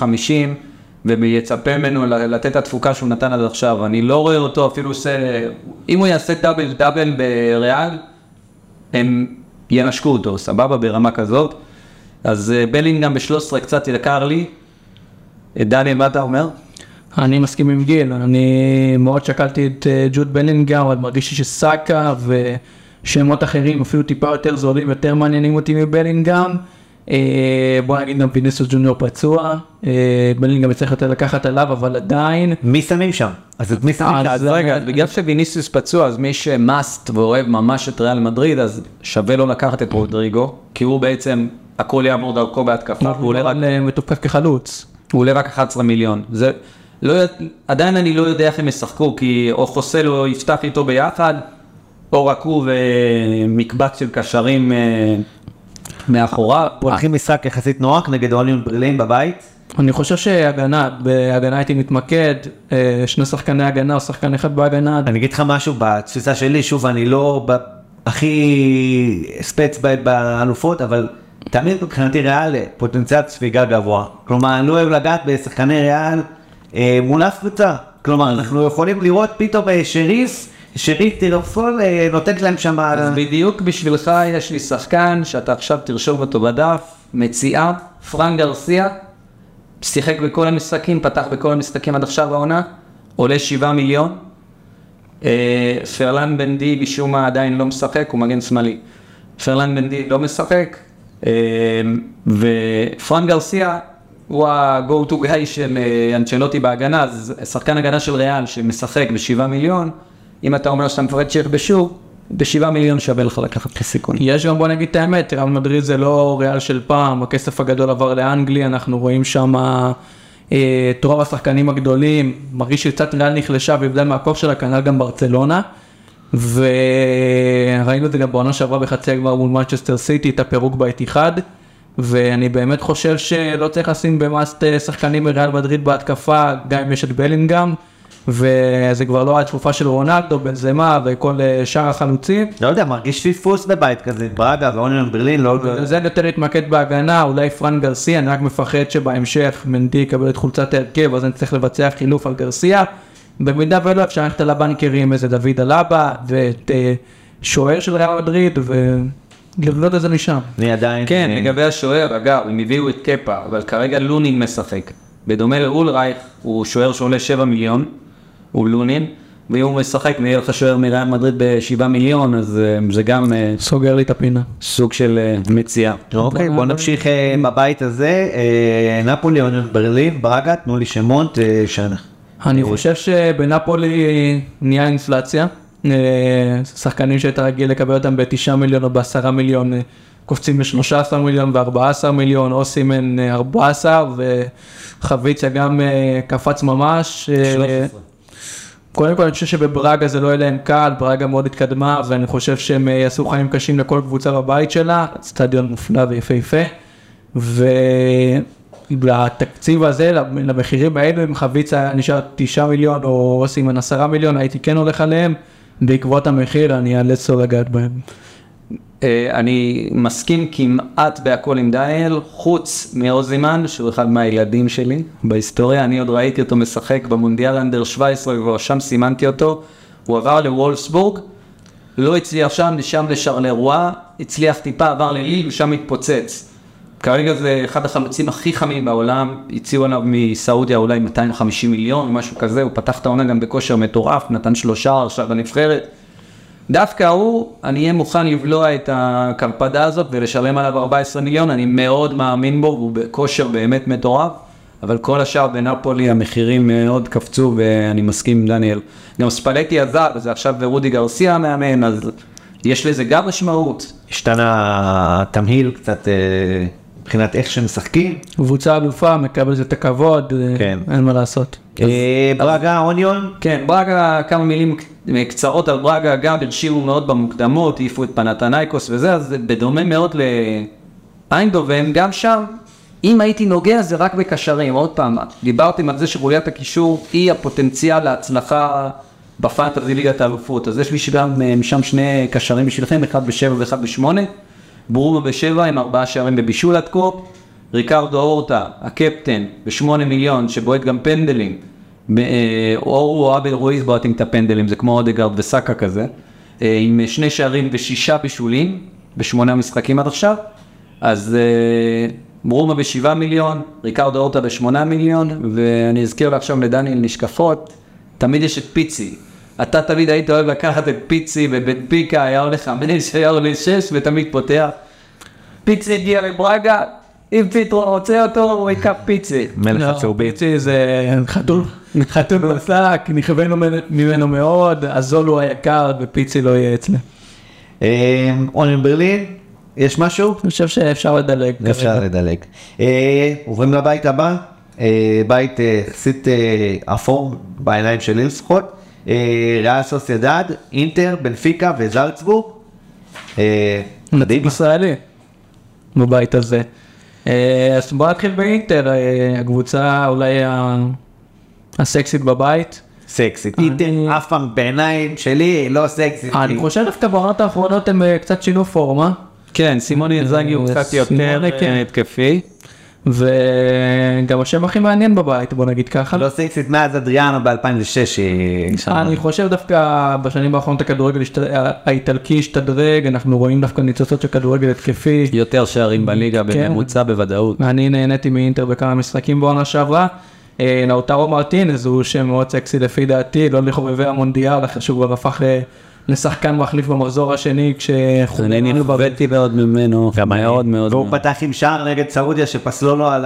ויצפה ממנו לתת את התפוקה שהוא נתן עד עכשיו. אני לא רואה אותו אפילו אם הוא יעשה דאבל בריאל, הם ינשקו אותו, סבבה, ברמה כזאת. אז בלינגהאם ב-13 קצת יקר לי. דני, מה אתה אומר? אני מסכים עם גיל, אני מאוד שקלתי את ג'וד בלינגהאם, אבל מרגיש שסאקה ושמות אחרים, אפילו טיפה יותר זולים, יותר מעניינים אותי מבלינגהאם. בוא נגיד גם ויניסיוס ג'וניור פצוע, בלינגהאם צריך יותר לקחת עליו, אבל עדיין... מי שמים שם? אז מי שמים שם? אז רגע, בגלל שוויניסיוס פצוע, אז מי שמאסט ואוהב ממש את ריאל מדריד, אז שווה לו לקחת את רודריגו, כי הוא בעצם, הכל יעמור דרכו בהתקפה, הוא עולה רק מתופף כחלוץ. הוא עולה רק 11 מיליון. עדיין אני לא יודע איך הם ישחקו, כי או חוסל או יפתח איתו ביחד, או רק הוא ומקבץ של קשרים מאחורה. הולכים משחק יחסית נוח נגד אוניון ברלין בבית. אני חושב בהגנה הייתי מתמקד, 2 שחקני הגנה או שחקן אחד בהגנה. אני אגיד לך משהו בתפיסה שלי, שוב אני לא הכי ספץ באלופות, אבל תמיד מבחינתי ריאל פוטנציאל ספיגה גבוה. כלומר, אני לא אוהב לגעת בשחקני ריאל מול אף קבוצה. כלומר, אנחנו יכולים לראות פתאום שריף טילופול נותנת להם שם... אז בדיוק בשבילך יש לי שחקן שאתה עכשיו תרשום אותו בדף, מציאה, פרן גרסיה, שיחק בכל המשחקים, פתח בכל המשחקים עד עכשיו העונה, עולה 7 מיליון, פרלן בנדי בשום מה עדיין לא משחק, הוא מגן שמאלי. פרלן בנדי לא משחק, ופרן גרסיה הוא ה-go to guy של אנצ'לוטי בהגנה, אז שחקן הגנה של ריאל שמשחק ב7 מיליון, אם אתה אומר שאתה מפרד שיכבשו, ב7 מיליון שווה לך לקחת את הסיכון. יש גם, בוא נגיד את האמת, ריאל מדריד זה לא ריאל של פעם, הכסף הגדול עבר לאנגליה, אנחנו רואים שם את רוב השחקנים הגדולים, מרגיש שקצת ריאל נחלשה והבדל מהכוח שלה, כנ"ל גם ברצלונה, וראינו את זה גם בעונה שעברה בחצי הגמר מול מנצ'סטר סיטי, את הפירוק באתיחד, ואני באמת חושב שלא צריך לשים במאסט שחקנים מריאל מדריד בהתקפה, גם אם יש את בלינגהאם, וזה כבר לא התקופה של רונלדו, בנזמה וכל שאר החלוצים. לא יודע, מרגיש פיפוס בבית כזה, ברגה ואוניון ברלין, לא... זה יותר להתמקד בהגנה, אולי פרן גרסיה, אני רק מפחד שבהמשך מנדי יקבל את חולצת ההרכב, אז אני צריך לבצע חילוף על גרסיה, במידה ולא אפשר ללכת על הבנקרים, איזה דוד אלאבה, ואת שוער של ריאל מדריד, ולבנות את זה משם. אני עדיין... כן, לגבי השוער, אגב, הם הביאו את קפה, אבל כרגע לונין משחק. בדומה לאולרייך, הוא שוער שעולה 7 מיליון, הוא לונין, ואם הוא משחק ויהיה לך שוער מריאל מדריד ב7 מיליון, אז זה גם... סוגר לי את הפינה. סוג של מציאה. אוקיי, בוא נמשיך בבית הזה, נפולי, אוניון ברלין, ברגה, תנו לי שמות, שנה. אני חושב שבנפולי נהיה אינפלציה, שחקנים שהיית רגיל לקבל אותם ב9 מיליון או ב10 מיליון, קופצים ב13 מיליון ו14 מיליון, או סימן 14, וחביציה גם קפץ ממש. 13. קודם כל אני חושב שבברגה זה לא יהיה להם קל, ברגה מאוד התקדמה, ואני חושב שהם יעשו חיים קשים לכל קבוצה בבית שלה, סטדיון מופלא ויפהפה, ולתקציב הזה, למחירים האלו, אם חביציה נשאר 9 מיליון או סימן 10 מיליון, הייתי כן הולך עליהם, בעקבות המחיר אני אאלץ לא לגעת בהם. אני מסכים כמעט בהכל עם דניאל, חוץ מאוזימן, שהוא אחד מהילדים שלי בהיסטוריה, אני עוד ראיתי אותו משחק במונדיאל אנדר 17, ושם סימנתי אותו, הוא עבר לוולפסבורג, לא הצליח שם לשרלרואה, הצליח טיפה, עבר לליל, ושם התפוצץ. כרגע זה אחד החלוצים הכי חמים בעולם, הציעו עליו מסעודיה אולי 250 מיליון, משהו כזה, הוא פתח את העונה גם בכושר מטורף, נתן 3 עכשיו בנבחרת. דווקא הוא, אני אהיה מוכן לבלוע את הקרפדה הזאת ולשלם עליו 14 מיליון, אני מאוד מאמין בו, הוא בכושר באמת מטורף, אבל כל השאר בנפולי המחירים מאוד קפצו ואני מסכים עם דניאל. גם ספלטי עזב, וזה עכשיו ורודי גרסיה המאמן, אז יש לזה גם משמעות. השתנה התמהיל קצת מבחינת איך שמשחקים. קבוצה אלופה, מקבל את הכבוד, אין מה לעשות. ברגה, אוניון? כן, ברגה, כמה מילים קצרות על ברגה, גם הרשימו מאוד במוקדמות, העיפו את פנתנייקוס וזה, אז זה בדומה מאוד לאיינדובן, גם שם, אם הייתי נוגע זה רק בקשרים, עוד פעם, דיברתם על זה שרוליית הקישור היא הפוטנציאל להצלחה בפנטזי ליגת האלופות, אז יש לי גם שם 2 קשרים בשבילכם, אחד ב7 ואחד ב8, ברומה ב7 עם 4 שערים בבישול עד כה, ריקרדו אורטה, הקפטן, ב8 מיליון, שבועט גם פנדלים, או אבל רואיז בועטים את הפנדלים, זה כמו אודגרד וסאקה כזה, עם 2 שערים ו6 בישולים, ב8 משחקים עד עכשיו, אז ברומה ב7 מיליון, ריקרדו אורטה ב8 מיליון, ואני אזכיר לה עכשיו לדניאל נשקפות, תמיד יש את פיצי. אתה תמיד היית אוהב לקחת את פיצי, ובנפיקה היה הולך 5, היה הולך 6, ותמיד פותח. פיצי הגיע לברגה, אם פיטרו רוצה אותו, הוא ייקח פיצי. מלך הצהובים. פיצי זה חתול בשק, נכוונו ממנו מאוד, הזול הוא היקר, ופיצי לא יהיה אצלי. אוניון ברלין, יש משהו? אני חושב שאפשר לדלג. אפשר לדלג. עוברים לבית הבא, בית יחסית אפור בעיניים שלי לפחות, ריאל סוסיידד, אינטר, בנפיקה וזלצבורג. נציג ישראלי בבית הזה. אז בוא נתחיל באינטר, הקבוצה אולי הסקסית בבית. סקסית. אינטר אף פעם בעיניים שלי לא סקסית. אני חושב דווקא בעונות האחרונות הם קצת שינו פורמה. כן, סימוני אינזאגי הוא קצת יותר התקפי. וגם השם הכי מעניין בבית, בוא נגיד ככה. לא סקסית מאז אדריאנו ב-2006. אני חושב דווקא בשנים האחרונות הכדורגל האיטלקי השתדרג, אנחנו רואים דווקא ניצוצות של כדורגל התקפי. יותר שערים בליגה בממוצע בוודאות. אני נהניתי מאינטר בכמה משחקים בעונה שעברה. לאוטרו מרטינז הוא שם מאוד סקסי לפי דעתי, לא לחובבי המונדיאל, אחרי שהוא כבר הפך לשחקן מחליף במחזור השני, אני נרבתי מאוד ממנו, מאוד מאוד. והוא פתח עם שער נגד סעודיה שפסלו לו על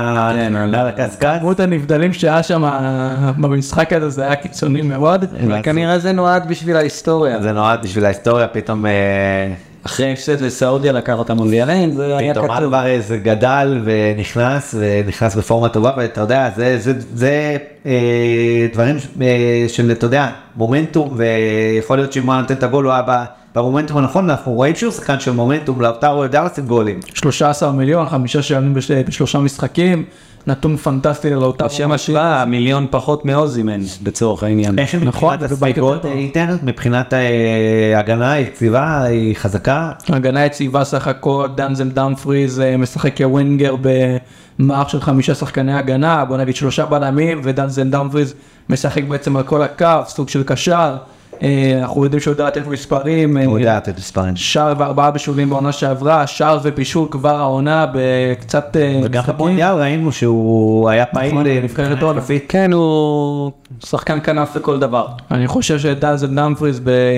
הקסקס. כמות הנבדלים שהיה שם במשחק הזה, זה היה קיצוני מאוד. כנראה זה נועד בשביל ההיסטוריה. זה נועד בשביל ההיסטוריה, פתאום אחרי הפסד לסעודיה לקח אותם מונדיאלים, זה היה כתוב. פתאום אלוורז גדל ונכנס בפורמה טובה, ואתה יודע, זה דברים של, אתה יודע, מומנטום, ויכול להיות שאם הוא נותן את הגול, הוא היה במומנטום הנכון, אנחנו רואים שהוא שחקן של מומנטום, לאוטרו יודע לשים גולים. 13 מיליון, 5 שערים ב3 משחקים, נתון פנטסטי לאוטרו. בשם השוואה, מיליון פחות מאוזימן, בצורך העניין. איך מבחינת הספיקות אינטרנט, מבחינת הגנה יציבה, היא חזקה? הגנה יציבה סך הכל, דנזל דאמפריז משחק כווינגר במערך של 5 שחקני הגנה, בוא נגיד 3 בלמים, ודנזל דאמפריז משחק בעצם על כל הקו, סוג של קשר. אנחנו יודעים שהוא יודע לתת מספרים, שער ו4 בישולים בעונה שעברה, שער ובישול כבר העונה בקצת וגם במונדיאל ראינו שהוא היה פעיל לנבחרת הולנד. כן, הוא שחקן כנף לכל דבר. אני חושב שדנזל דאמפריז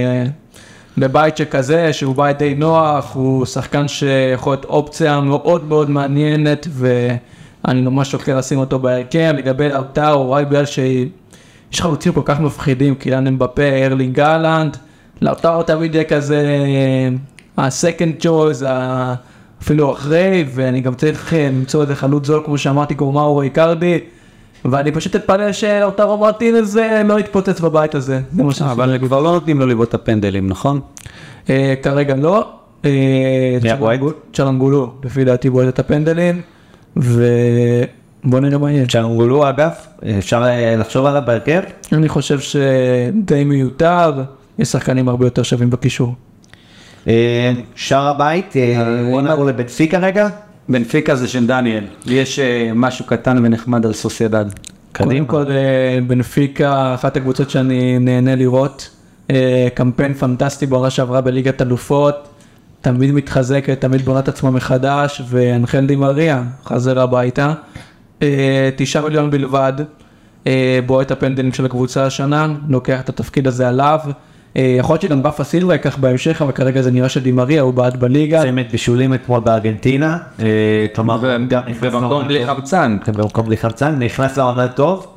בבית שכזה, שהוא בית די נוח, הוא שחקן שיכול להיות אופציה מאוד מאוד מעניינת, ואני ממש שוקל לשים אותו בהרכב. לגבי לאוטרו, רק בגלל יש חלוצים כל כך מפחידים, קיליאן אמבפה, ארלינג האלנד, לאוטרו תמיד יהיה כזה, ה-second choice, אפילו אחרי, ואני גם צריך למצוא איזה חלוץ זול, כמו שאמרתי, כמו מאורו איקרדי, ואני פשוט אתפלל שלאוטרו מרטינז לא יתפוצץ בבית הזה. אבל כבר לא נותנים לו לבעוט את הפנדלים, נכון? כרגע לא. צ'לנגולו, לפי דעתי בועט את הפנדלים, בוא נראה מה יהיה. צ'לנגולו אגב, אפשר לחשוב עליו בהרכב? אני חושב שדי מיותר, יש שחקנים הרבה יותר שווים בקישור. שער הבית, בוא נעבור לבנפיקה רגע. בנפיקה זה של דניאל, יש משהו קטן ונחמד על סוסיידד. קודם כל, בנפיקה, אחת הקבוצות שאני נהנה לראות, קמפיין פנטסטי בעונה שעברה בליגת אלופות, תמיד מתחזקת, תמיד בונה את עצמה מחדש, ואנחל די מריה חזר הביתה. 9 מיליון בלבד, בועט הפנדלים של הקבוצה השנה, לוקח את התפקיד הזה עליו. יכול להיות שגם רפה סילבה ייקח בהמשך, אבל כרגע זה נראה שדי מריה, הוא בעט בליגה. צמד בישולים אתמול בארגנטינה, כלומר, במקום בלי חמצן. במקום בלי חמצן, נכנס לעונה טוב.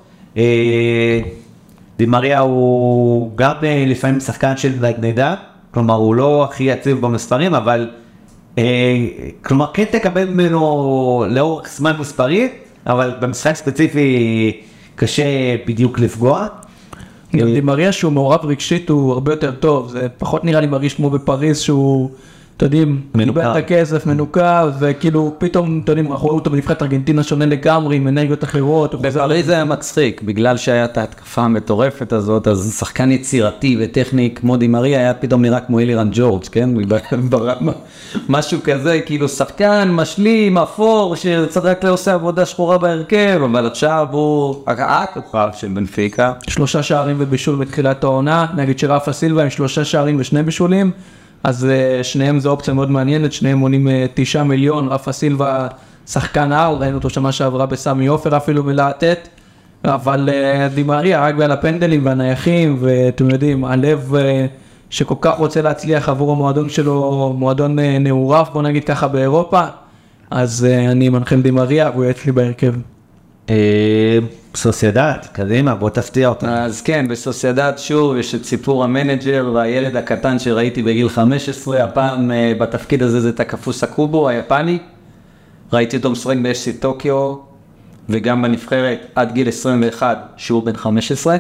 די מריה הוא גם לפעמים שחקן של נדנדה, כלומר הוא לא הכי יציב במספרים, אבל כלומר כן תקבל ממנו לאורך זמן מספרי, אבל במשחק ספציפי קשה בדיוק לפגוע. גם די מריה שהוא מעורב רגשית הוא הרבה יותר טוב, זה פחות נראה לי מרגיש כמו בפריז שהוא, אתם יודעים, קיבל את הכסף, מנוכר, וכאילו פתאום, אתם יודעים, אנחנו רואים אותו בנבחרת ארגנטינה שונה לגמרי, עם אנרגיות אחרות. בפריז זה היה מצחיק, בגלל שהיה את ההתקפה המטורפת הזאת, אז שחקן יצירתי וטכני כמו די מריה היה פתאום נראה כמו אילירן ג'ורג', כן? משהו כזה, כאילו שחקן משלים, אפור, שצריך לעושה עבודה שחורה בהרכב, אבל עכשיו הוא הכוכב של בנפיקה. 3 שערים ובישול בתחילת העונה, נגיד שרפה סילבה עם 3 שערים ו2 בישולים, אז שניהם זו אופציה מאוד מעניינת, שניהם עונים 9 מיליון, רפה סילבה שחקן על, ראינו אותו שמה שעברה בסמי עופר אפילו מלהטט, אבל די מריה רק בין הפנדלים והנייחים, ואתם יודעים, הלב שכל כך רוצה להצליח עבור המועדון שלו, מועדון נעורף, בוא נגיד ככה באירופה, אז אני מנחם די מריה, והוא יצא לי בהרכב. סוסיידד, קדימה, בוא תפתיע אותה. אז כן, בסוסיידד שוב יש את סיפור המנג'ר והילד הקטן שראיתי בגיל 15, הפעם בתפקיד הזה זה תקפוס הקובו היפני, ראיתי אותו משחק ב-FC טוקיו, וגם בנבחרת עד גיל 21 שהוא בן 15,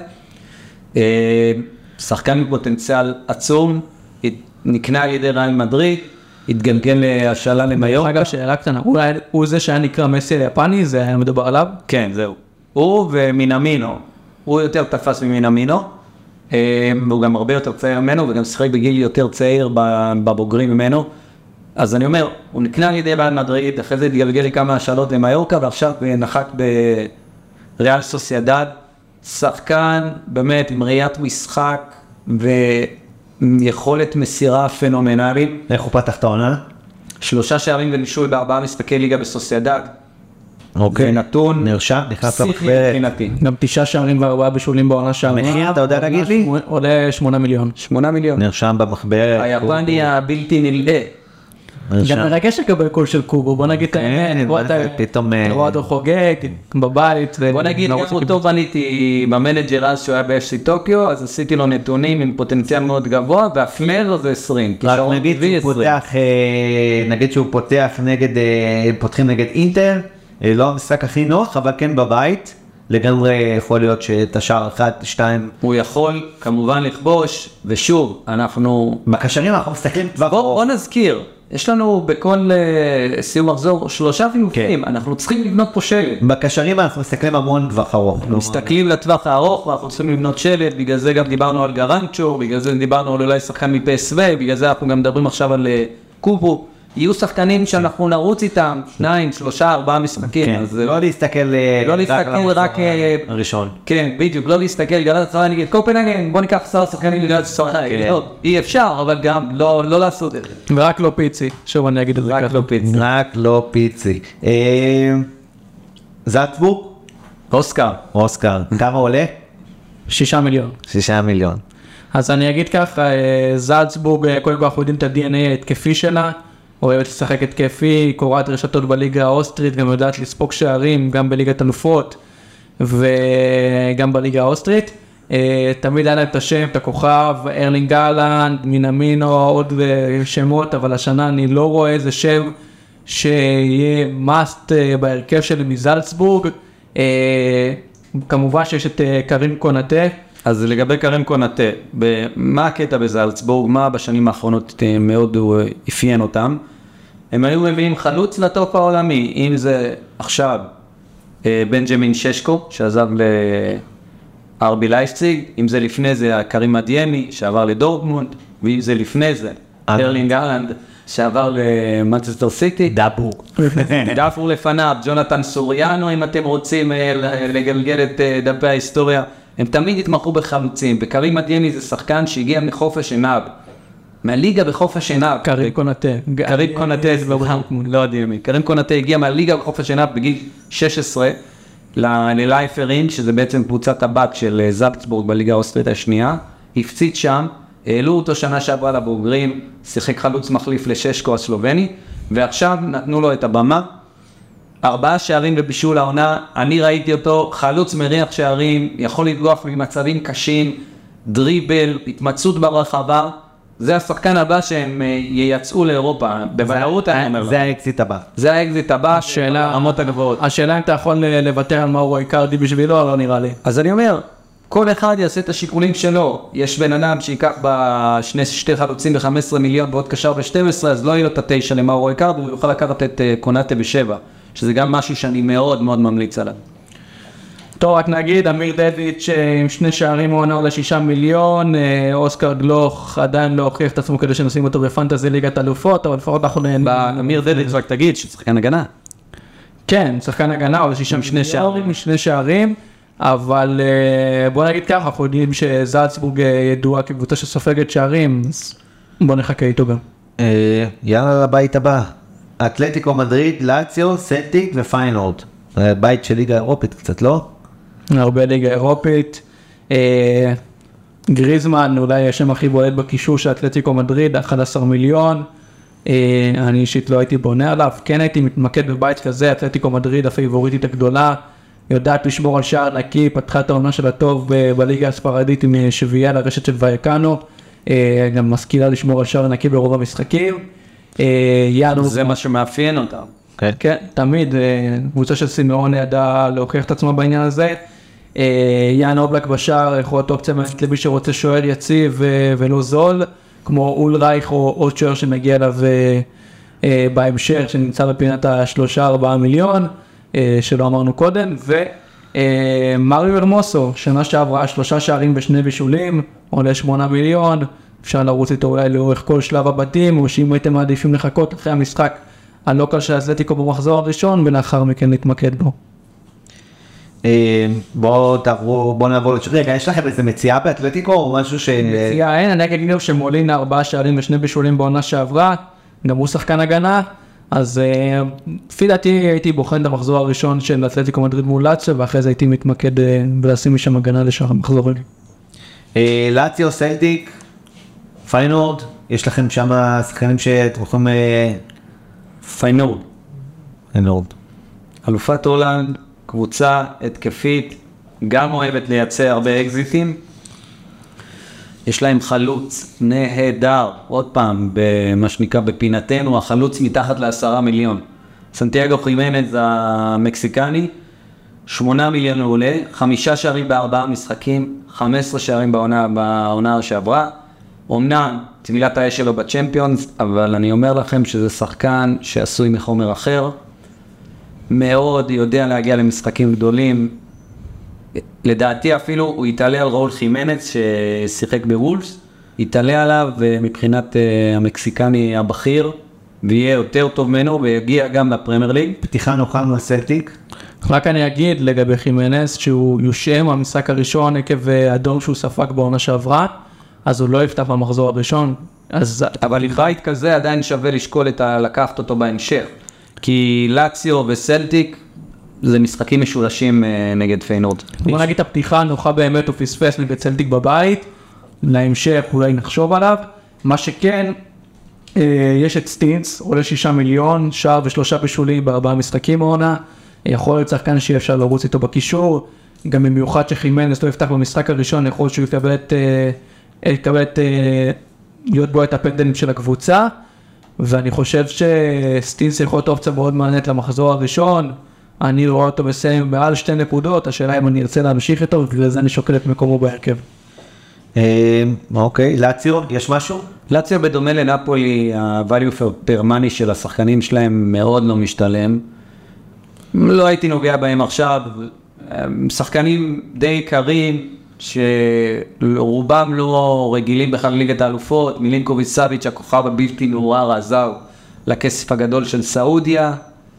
שחקן בפוטנציאל עצום, נקנה על ידי ריאל מדריד, התגלגל להשאלה למיורקה. אגב, שאלה קטנה, הוא זה שהיה נקרא מסי היפני, זה היה מדבר עליו? כן, זהו. הוא ומינמינו, הוא יותר תפס ממינמינו, הוא גם הרבה יותר צעיר ממנו, וגם שחק בגיל יותר צעיר בבוגרים ממנו. אז אני אומר, הוא נקנה על ידי ריאל מדריד, אחרי זה התגלגל לי כמה השאלות למיורקה, ועכשיו נחת בריאל סוסיידד, שחקן באמת עם ראיית משחק ויכולת מסירה פנומנלית. איך הוא פתח את העונה? 3 שערים ונישול ב4 משחקי ליגה בסוסיידד. אוקיי. נתון נרשם, נכנס למחברת. גם 9 שערים ו4 בישולים בעונה שעברה. מחיר, אתה יודע להגיד לי? עולה 8 מיליון. 8 מיליון. נרשם במחברת. היפני הבלתי נלאה. גם מרגש לקבל קול של קובו, בוא נגיד את האמת, פתאום רואה אותו חוגג בבית. בוא נגיד, גם אותו בניתי במנג'ר אז שהוא היה ב-FC טוקיו, אז עשיתי לו נתונים עם פוטנציאל מאוד גבוה, והפלר זה 20. רק נגיד שהוא פותח נגד, פותחים נגד אינטר, לא המשחק הכי נוח, אבל כן בבית, לגמרי יכול להיות שאת השער 1-2. הוא יכול כמובן לכבוש, ושוב, אנחנו... בקשרים אנחנו מסתכלים כבר... בוא נזכיר. יש לנו בכל סיום מחזור 3 חילופים, אנחנו צריכים לבנות פה שלד. בקשרים אנחנו מסתכלים המון טווח ארוך. מסתכלים לטווח הארוך, ואנחנו צריכים לבנות שלד, בגלל זה גם דיברנו על גרנצ'ו, בגלל זה דיברנו על אולי שחקן מפסו, בגלל זה אנחנו גם מדברים עכשיו על קובו. יהיו שחקנים שאנחנו נרוץ איתם, 2, 3, 4 משחקים. לא להסתכל רק הראשון. כן, בדיוק, לא להסתכל, גלת הצהרה נגד קופנהגן, בוא ניקח 10 שחקנים לגלת הצהרה. אי אפשר, אבל גם לא לעשות את זה. ורק לא פיצי, שוב אני אגיד את זה ככה. רק לא פיצי. זלצבורג? אוסקר. כמה עולה? 6 מיליון. 6 מיליון. אז אני אגיד ככה, זלצבורג, קודם כל אנחנו יודעים את ה-DNA ההתקפי שלה, אוהבת לשחק התקפי, קוראת רשתות בליגה האוסטרית, גם יודעת לספוג שערים, גם בליגת אלופות וגם בליגה האוסטרית. תמיד היה להם את השם, את הכוכב, ארלינג הלנד, מינמינו, עוד שמות, אבל השנה אני לא רואה איזה שם שיהיה מאסט בהרכב שלי מזלצבורג. כמובן שיש את קרים קונאטה. אז לגבי קרים קונאטה, מה הקטע בזלצבורג, מה בשנים האחרונות מאוד הוא אפיין אותם? הם היו מביאים חלוץ לטופ העולמי, אם זה עכשיו בנג'מין ששקו, שעזב לארבי לייפציג, אם זה לפני זה קרים אדיאמי, שעבר לדורטמונד, ואם זה לפני זה ארלינג הלנד, שעבר למנצ'סטר סיטי. דאפור לפניו, ג'ונתן סוריאנו, אם אתם רוצים לגלגל את דפי ההיסטוריה, הם תמיד התמחו בחלוצים, וקרים אדיאמי זה שחקן שהגיע מחופש עיניו, מהליגה בחוף השנהב. קרים קונאטה. קרים קונאטה, לא יודעים מי. קרים קונאטה הגיע מהליגה בחוף השנהב בגיל 16 ללייפרינג, שזה בעצם קבוצת הבת של זלצבורג בליגה האוסטרית השנייה. הפציץ שם, העלו אותו שנה שעברה לבוגרים, שיחק חלוץ מחליף לששקו הסלובני, ועכשיו נתנו לו את הבמה. 4 שערים ובישול העונה, אני ראיתי אותו, חלוץ מריח שערים, יכול לדגוח ממצבים קשים, דריבל, התמצאות ברחבה, זה השחקן הבא שהם ייצאו לאירופה, בוודאות אני אומר. זה האקזיט הבא. זה האקזיט הבא, הרמות הגבוהות. השאלה אם אתה יכול לוותר על מאורו איקרדי בשבילו, לא נראה לי. אז אני אומר, כל אחד יעשה את השיקולים שלו, יש בן אדם שיקח בשתי חלוצים ב-15 מיליון ועוד קשר ב-12, אז לא יהיה לו את 9 למאורו איקרדי, הוא יוכל לקחת את קונאטה ב-7, שזה גם משהו שאני מאוד מאוד ממליץ עליו. טוב, רק נגיד, אמיר דויץ' עם 2 שערים הוא עונה ל6 מיליון, אוסקר גלוך עדיין לא הוכיח את עצמו כדי שנשים אותו בפנטזי ליגת אלופות, אבל לפחות אנחנו אמיר דויץ' רק תגיד ששחקן הגנה. כן, שחקן הגנה, אבל 6 מיליון, 2 שערים, אבל בוא נגיד ככה, אנחנו יודעים שזלצבורג ידועה כקבוצה שסופגת שערים, אז בוא נחכה איתו גם. יאללה לבית הבא, אתלטיקו מדריד, לאציו, סלטיק ופיינורד. בית של ליגה אירופית קצת, לא? הרבה ליגה אירופית. גריזמן, אולי השם הכי בולט בקישור של אתלטיקו מדריד, 11 מיליון. אני אישית לא הייתי בונה עליו, כן הייתי מתמקד בבית כזה, אתלטיקו מדריד, הפייבוריטית הגדולה, יודעת לשמור על שער נקי, פתחה את העונה שלה טוב בליגה הספרדית עם שביעייה לרשת של וייקנו, גם משכילה לשמור על שער נקי ברוב המשחקים. זה מה שמאפיין אותם. כן, תמיד, קבוצה של סימאון ידעה להוכיח את עצמה בעניין הזה. יאן אובלק בשער, יכול להיות אופציה מעט למי שרוצה שוער יציב ולא זול, כמו אולרייך או עוד שוער שמגיע אליו בהמשך, שנמצא בפינת ה3-4 מיליון, שלא אמרנו קודם, ומריו הרמוסו, שנה שעברה 3 שערים ו2 בישולים, עולה 8 מיליון, אפשר לרוץ איתו אולי לאורך כל שלב הבתים, או שאם הייתם מעדיפים לחכות אחרי המשחק, הלוקל של אתלטיקו במחזור הראשון, ולאחר מכן להתמקד בו. בואו נעבור רגע, יש לכם איזה מציאה באתלטיקו או משהו ש... מציאה אין, אני אגיד לו שמולין 4 שערים ו2 בישולים בעונה שעברה, גם הוא שחקן הגנה, אז לפי דעתי הייתי בוחן את המחזור הראשון של אתלטיקו מדריד מול לאציו, ואחרי זה הייתי מתמקד ולשים משם הגנה לשאר המחזורים. לאציו, סלטיק, פיינורד, יש לכם שם שחקנים שאתם יכולים... פיינורד. פיינורד. אלופת הולנד, קבוצה התקפית, גם אוהבת לייצר הרבה אקזיטים. יש להם חלוץ נהדר, עוד פעם, במה שנקרא בפינתנו, החלוץ מתחת ל10 מיליון. סנטיאגו חימנז המקסיקני, 8 מיליון עולה, 5 שערים ב4 משחקים, 15 שערים בעונה שעברה. אמנם טבילת האש שלו בצ'מפיונס, אבל אני אומר לכם שזה שחקן שעשוי מחומר אחר, מאוד יודע להגיע למשחקים גדולים, לדעתי אפילו הוא יתעלה על ראול חימנז ששיחק בוולפס, יתעלה עליו ומבחינת המקסיקני הבכיר, ויהיה יותר טוב ממנו ויגיע גם לפרמייר ליג. פתיחה נוחה לסלטיק. רק אני אגיד לגבי חימנז שהוא יושם המשחק הראשון עקב אדום שהוא ספג בעונה שעברה, אז הוא לא יפתח במחזור הראשון. אבל עם בית כזה עדיין שווה לשקול לקחת אותו בהמשך. כי לאציו וסלטיק זה משחקים משולשים נגד פיינורד. בוא נגיד את הפתיחה הנוחה באמת הוא פספס לי בצלטיק בבית, להמשך אולי נחשוב עליו. מה שכן, יש את סטינס, עולה 6 מיליון, שער ו3 בישולים ב4 משחקים העונה, יכול להיות שחקן שיהיה אפשר לרוץ איתו בקישור, גם במיוחד שחימנז לא יפתח במשחק הראשון, יכול להיות שהוא יקבל להיות בו את הפנדלים של הקבוצה, ואני חושב שסטינס יכול להיות אופציה מאוד מעניינת למחזור הראשון, אני רואה אותו מסיים מעל 2 נקודות, השאלה אם אני ארצה להמשיך איתו, ובגלל זה אני שוקל את מקומו בהרכב. אוקיי, לאציו, יש משהו? לאציו בדומה לנפולי, ה-value per money של השחקנים שלהם מאוד לא משתלם, לא הייתי נוגע בהם עכשיו, שחקנים די קרים, שרובם לא רגילים בכלל ליגת האלופות, מילינקוביץ' סאביץ' הכוכב הבלתי מעורער עזר לכסף הגדול של סעודיה,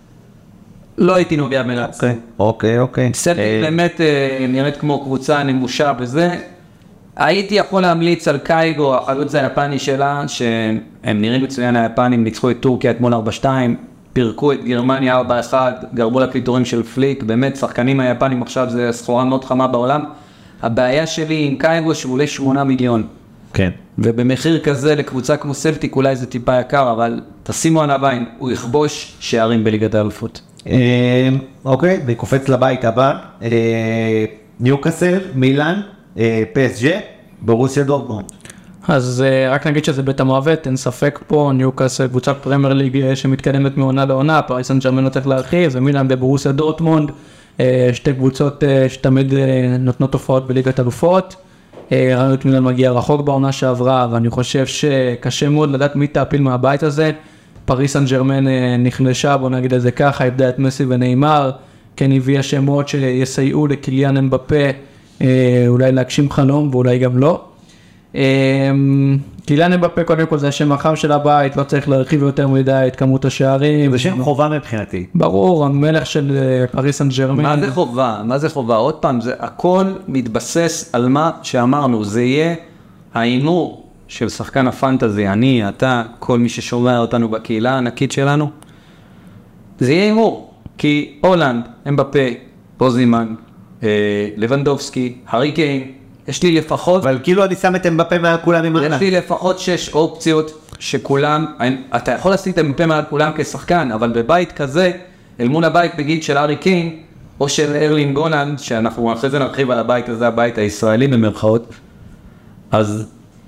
לא הייתי נוגע בלאציו. אוקיי. סלטיק באמת נראית כמו קבוצה נמושה בזה, הייתי יכול להמליץ על קייגו, החלוץ היפני שלה, שהם נראים מצוין היפנים, ניצחו את טורקיה אתמול 4-2, פירקו את גרמניה 4-1, גרמו לפיטורים של פליק, באמת שחקנים היפנים עכשיו זה סחורה מאוד חמה בעולם. הבעיה שלי עם קייגו שהוא עולה 8 מיליון. כן. ובמחיר כזה לקבוצה כמו סלטיק אולי זה טיפה יקר, אבל תשימו על הבית, הוא יכבוש שערים בליגת האלופות. אוקיי, וקופץ לבית הבא, ניוקאסל, מילאן, PSG, ברוסיה דורטמונד. אז רק נגיד שזה בית המוות, אין ספק פה, ניוקאסל קבוצת פרמייר ליג שמתקדמת מעונה לעונה, פריס סן ז'רמן לא צריך להרחיב, ומילאן בברוסיה דורטמונד, שתי קבוצות שתמיד נותנות תופעות בליגת אלופות. ראינו את מילאן מגיע רחוק בעונה שעברה, ואני חושב שקשה מאוד לדעת מי תעפיל מהבית הזה. פריס סן ז'רמן נחלשה, בוא נגיד את זה ככה, איבדה את מסי וניימר, כן הביאה שמות שיסייעו לקיליאן אמבפה, אולי להגשים חלום ואולי גם לא. קיליאן אמבפה קודם כל זה השם החם של הבית, לא צריך להרחיב יותר מדי את כמות השערים. זה שם חובה מבחינתי. ברור, המלך של פריס סן ז'רמן. מה זה חובה? מה זה חובה? עוד פעם, זה הכל מתבסס על מה שאמרנו, זה יהיה האימור של שחקן הפנטזי, אני, אתה, כל מי ששומע אותנו בקהילה הענקית שלנו, זה יהיה אימור, כי הולנד, אמבפה, פוזימן, לבנדובסקי, הארי קיין, יש לי לפחות... אבל כאילו אני שם את אמבפה מעל כולם עם רנה. יש לי לפחות 6 אופציות שכולם, אתה יכול לשים את אמבפה מעל כולם כשחקן, אבל בבית כזה, אל מול הבית בגיד של הארי קיין, או של ארלינג הולנד, שאנחנו אחרי זה נרחיב על הבית הזה, הבית הישראלי במרכאות, אז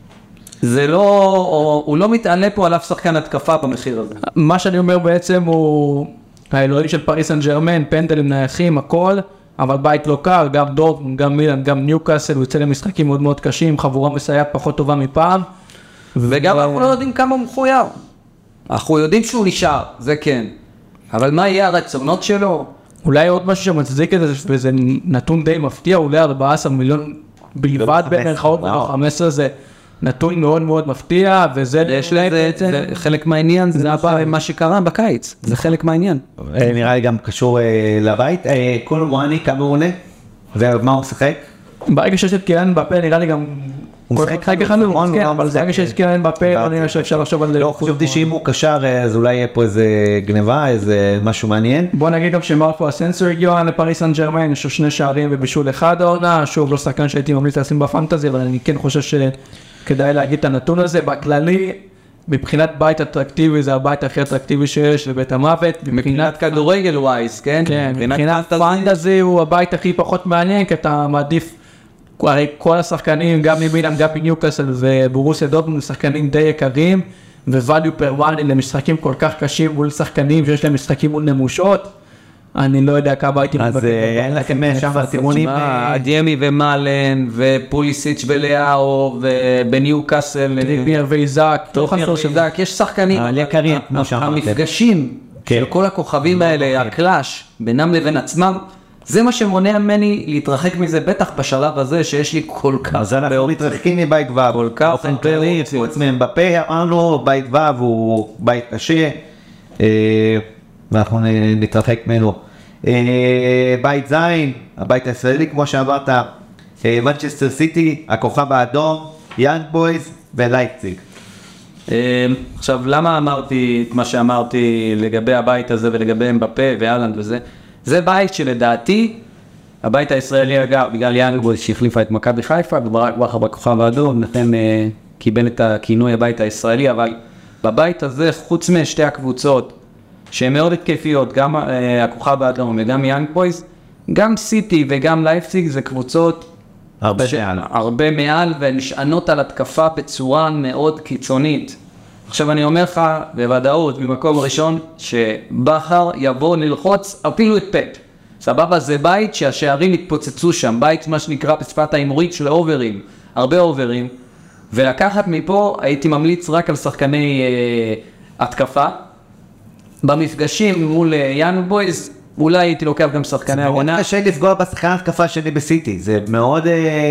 זה לא, הוא לא מתעלה פה על אף שחקן התקפה במחיר הזה. מה שאני אומר בעצם הוא האלוהים של פריס סן ז'רמן, פנדלים נייחים, הכל, אבל בית לא קר, גם דורטמונד, גם מילאן, גם ניוקאסל, הוא יוצא למשחקים מאוד מאוד קשים, חבורה מסייעת פחות טובה מפעם. וגם אנחנו לא יודעים כמה הוא מחויב. אנחנו יודעים שהוא נשאר, זה כן. אבל מה יהיה הרצונות שלו? אולי עוד משהו שמצדיק את זה, וזה נתון די מפתיע, אולי 14 מיליון בלבד במרכאות, 15 זה נתון מאוד מאוד מפתיע, וזה יש בעצם חלק מהעניין, זה מה שקרה בקיץ, זה חלק מהעניין. נראה לי גם קשור לבית. כל מואני כמה הוא עולה? ומה הוא משחק? ברגע שיש את קיליאן אמבפה נראה לי גם... הוא משחק חלק חלום, כן, אבל ברגע שיש את קיליאן אמבפה, אני חושב שאפשר לחשוב על זה. לא חשבתי שאם הוא קשר, אז אולי יהיה פה איזה גניבה, איזה משהו מעניין. בוא נגיד גם שמרקו אסנסו הגיע לפריס סן ז'רמן, יש לו 2 שערים ובישול 1 העונה, שוב לא שחקן שהייתי ממליץ לשים בפנטזי, אבל אני כן חושב שכדאי להגיד את הנתון הזה. בכללי, מבחינת בית אטרקטיבי, זה הבית הכי אטרקטיבי שיש לבית המוות. מבחינת כדורגל ווייז, כן? כן, מבחינת פנטזי הוא הבית הכי פחות מעניין, כי אתה מעדיף, הרי כל השחקנים, גם ממילאן, גם מניוקאסל וברוסיה דורטמונד, שחקנים די יקרים, ו-value per one למשחקים כל כך קשים מול שחקנים שיש להם משחקים מול נמושות, אני לא יודע כמה הייתי אז אין לכם שם סימונים. אדיאמי ומלן, ופוליסיץ' ולאו, ובניוקאסל, טריפייר ואיזק, יש שחקנים, המפגשים של כל הכוכבים האלה, הקלאש, בינם לבין עצמם, זה מה שמונע ממני להתרחק מזה, בטח בשלב הזה שיש לי כל כך... אז אנחנו מתרחקים מבית ו' כל כך פנטרי, חוץ מהם בפה, אמרנו, בית ו' הוא בית קשה, ואנחנו נתרחק ממנו. בית ז', הבית הישראלי, כמו שאמרת, מנצ'סטר סיטי, הכוכב האדום, יאנג בויז ולייפציג. עכשיו, למה אמרתי את מה שאמרתי לגבי הבית הזה ולגבי אמבפה והלנד וזה? זה בית שלדעתי, הבית הישראלי אגב, בגלל יאנג בויז שהחליפה את מכבי חיפה, וברק בכר בכוכב האדום, נתן קיבל את הכינוי הבית הישראלי, אבל בבית הזה, חוץ משתי הקבוצות, שהן מאוד התקפיות, גם הכוכב האדום וגם יאנג בויז, גם סיטי וגם לייפציג זה קבוצות הרבה מעל ונשענות על התקפה בצורה מאוד קיצונית. עכשיו אני אומר לך בוודאות במקום ראשון שבכר יבוא ללחוץ אפילו את פפ. סבבה, זה בית שהשערים התפוצצו שם, בית מה שנקרא בשפת האמורית של אוברים, הרבה אוברים, ולקחת מפה הייתי ממליץ רק על שחקני התקפה. במפגשים מול יאנג בויז, אולי הייתי לוקח גם שחקני הגנה. זה מאוד קשה לפגוע בשחקן התקפה שלי בסיטי, זה מאוד...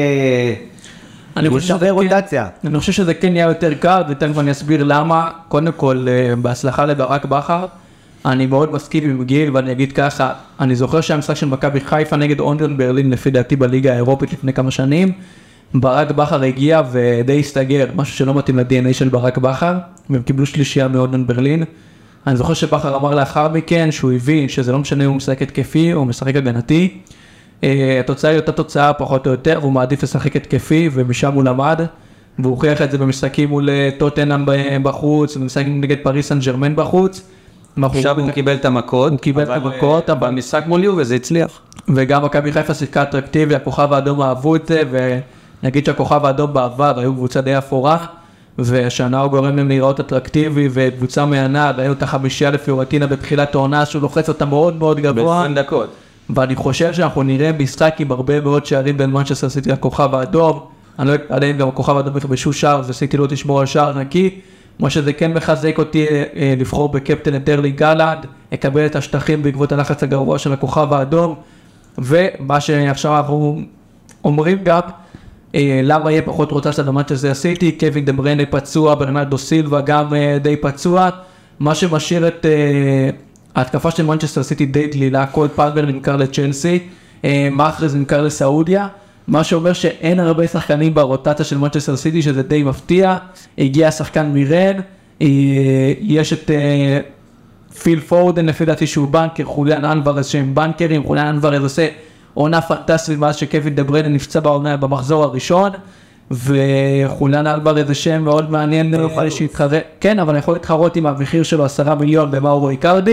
אני חושב שזה כן יהיה יותר קר, ותכף אני אסביר למה. קודם כל, בהצלחה לברק בכר, אני מאוד מסכים עם גיל, ואני אגיד ככה, אני זוכר שהמשחק של מכבי חיפה נגד אוניון ברלין, לפי דעתי בליגה האירופית לפני כמה שנים, ברק בכר הגיע ודי הסתגר, משהו שלא מתאים ל-DNA של ברק בכר, והם קיבלו שלישייה מאוניון ברלין. אני זוכר שבכר אמר לאחר מכן שהוא הבין שזה לא משנה אם הוא משחק התקפי או משחק הגנתי. התוצאה היא אותה תוצאה פחות או יותר, והוא מעדיף לשחק התקפי ומשם הוא למד, והוא הוכיח את זה במשחקים מול טוטנהאם בחוץ, במשחקים נגד פריס סן ז'רמן בחוץ. עכשיו הוא קיבל את המכות, הוא קיבל את המכות, אבל במשחק מול יובה זה הצליח. וגם מכבי חיפה שיחקה אטרקטיבי, הכוכב האדום אהבו את זה, ונגיד שהכוכב האדום בעבר היו קבוצה די אפורה, והשנה הוא גורם להם להיראות אטרקטיבי, וקבוצה מהנה, והיו את החמישייה לפיורנטינה בתחילת העונה, שהוא לוחץ אותה מאוד מאוד גבוה. ב-20 דקות. ואני חושב שאנחנו נראה משחק עם הרבה מאוד שערים בין מנצ'סטר סיטי לכוכב האדום, אני לא יודע אם גם הכוכב האדום יכבשו שער, וסיטי לא תשמור על שער נקי, מה שזה כן מחזק אותי לבחור בקפטן את ארלינג הלנד, יקבל את השטחים בעקבות הלחץ הגרוע של הכוכב האדום, ומה שעכשיו אנחנו אומרים גם, למה יהיה פחות רוטציה למנצ'סטר סיטי, קווין דה בריינה פצוע, ברנרדו סילבה גם די פצוע, מה שמשאיר את ההתקפה של מנצ'סטר סיטי די דלילה, כל פלמר נמכר לצ'לסי, מאחרז נמכר לסעודיה, מה שאומר שאין הרבה שחקנים ברוטציה של מנצ'סטר סיטי, שזה די מפתיע, הגיע שחקן מירן, יש את פיל פורדן, לפי דעתי שהוא בנקר, חוליאן אנברס שהם בנקרים, חוליאן אנברס עושה עונה פנטסטית מאז שקווין דה בריינה נפצע בעונה במחזור הראשון, וחוליאן אנברס זה שם מאוד מעניין, כן, אבל אני יכול להתחרות עם המחיר שלו 10 מיליון במאורו איקרדי,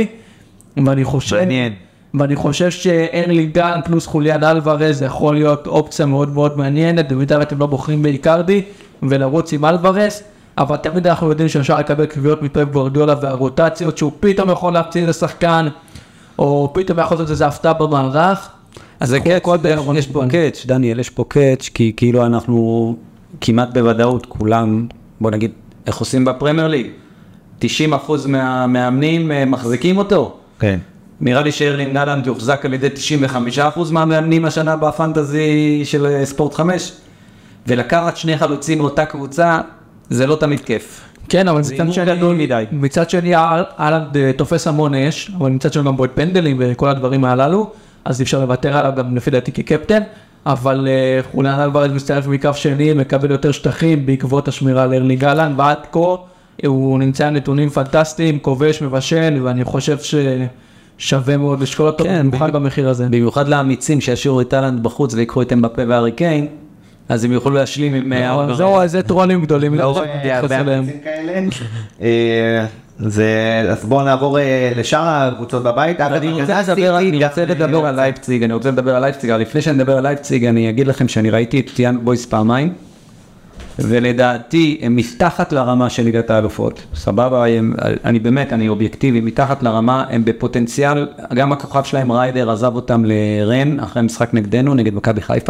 ואני חושב שארלינג הלנד פלוס חוליאן אלוורז יכול להיות אופציה מאוד מאוד מעניינת, במידה ואתם לא בוחרים באיקרדי ולרוץ עם אלוורז, אבל תמיד אנחנו יודעים שאפשר לקבל קביעות מפפ גוארדיולה והרוטציות, שהוא פתאום יכול להפציע לשחקן, או פתאום יכול לעשות איזה הפתעה במערך. אז זה קאץ', יש פה קאץ', דניאל, יש פה קאץ', כי כאילו אנחנו כמעט בוודאות כולם, בוא נגיד, איך עושים בפרמייר ליג, 90% מהמאמנים מחזיקים אותו. כן. נראה לי שארלינג הלנד יוחזק על ידי 95% מהמאמנים השנה בפנטזי של ספורט 5, ולקחת שני חלוצים מאותה קבוצה, זה לא תמיד כיף. כן, אבל מצד שני, הלנד תופס המון אש, אבל מצד שני גם בועט פנדלים וכל הדברים הללו, אז אפשר לוותר עליו גם לפי דעתי כקפטן, אבל חוליאן אלוורז מצטרף מקו שני, מקבל יותר שטחים בעקבות השמירה על ארלינג הלנד, ועד כה הוא נמצא נתונים פנטסטיים, כובש, מבשל, ואני חושב שווה מאוד לשקול אותו, במיוחד במחיר הזה. במיוחד לאמיצים שישאירו את הלנד בחוץ ויקחו את אמבפה והארי קיין, אז הם יוכלו להשלים עם... זהו, איזה טרולים גדולים. הרבה אמיצים כאלה. אז בואו נעבור לשאר הקבוצות בבית. אני רוצה לדבר על לייפציג, אבל לפני שאני אדבר על לייפציג, אני אגיד לכם שאני ראיתי את יאנג בויז פעמיים, ולדעתי הם מתחת לרמה של ליגת האלופות, סבבה, אני אובייקטיבי, מתחת לרמה, הם בפוטנציאל, גם הכוכב שלהם ריידר עזב אותם לרן, אחרי משחק נגדנו, נגד מכבי חיפה,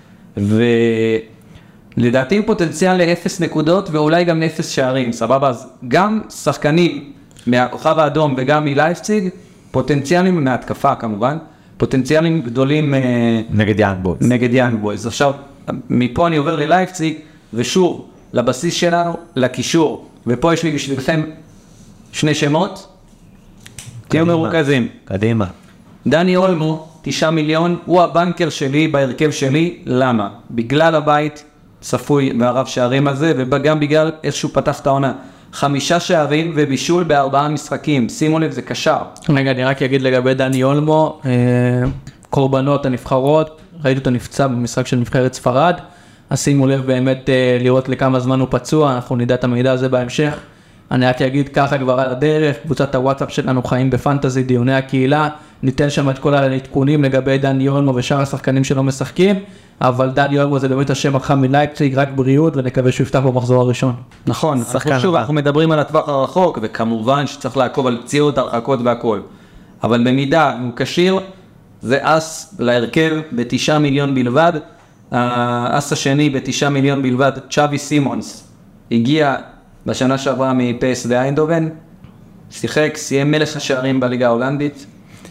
ולדעתי עם פוטנציאל ל0 נקודות, ואולי גם 0 שערים, סבבה, אז גם שחקנים מהכוכב האדום וגם מלייפציג, פוטנציאלים מההתקפה כמובן, פוטנציאלים גדולים נגד יאנג בויז. עכשיו, מפה אני עובר ללייפציג, ושוב, לבסיס שלנו, לקישור, ופה יש לי בשבילכם שני שמות, תהיו מרוכזים. קדימה. דני אולמו, 9 מיליון, הוא הבנקר שלי בהרכב שלי, למה? בגלל הבית צפוי והרב שערים הזה, וגם בגלל איזשהו פתח את העונה. 5 שערים ובישול ב4 משחקים, שימו לב, זה קשר. רגע, אני רק אגיד לגבי דני אולמו, קורבנות הנבחרות, ראיתי אותו נפצע במשחק של נבחרת ספרד, אז שימו לב באמת לראות לכמה זמן הוא פצוע, אנחנו נדע את המידע הזה בהמשך. אני רק אגיד ככה כבר על הדרך, קבוצת הוואטסאפ שלנו חיים בפנטזי, דיוני הקהילה, ניתן שם את כל העדכונים לגבי דני אולמו ושאר השחקנים שלא משחקים, אבל דני אולמו זה באמת השם החם מלייפציג, רק בריאות, ונקווה שהוא יפתח במחזור הראשון. נכון, שוב, אנחנו מדברים על הטווח הרחוק, וכמובן שצריך לעקוב על פציעות, הרחקות והכל. אבל במידה הוא כשיר, זה אס להרכב ב9 מיליון בלבד, האס השני ב9 מיליון בלבד, צ'אבי סימונס, הגיע בשנה שעברה מפסד איינדובן, שיחק, סיים מלך השערים בליגה ההולנדית,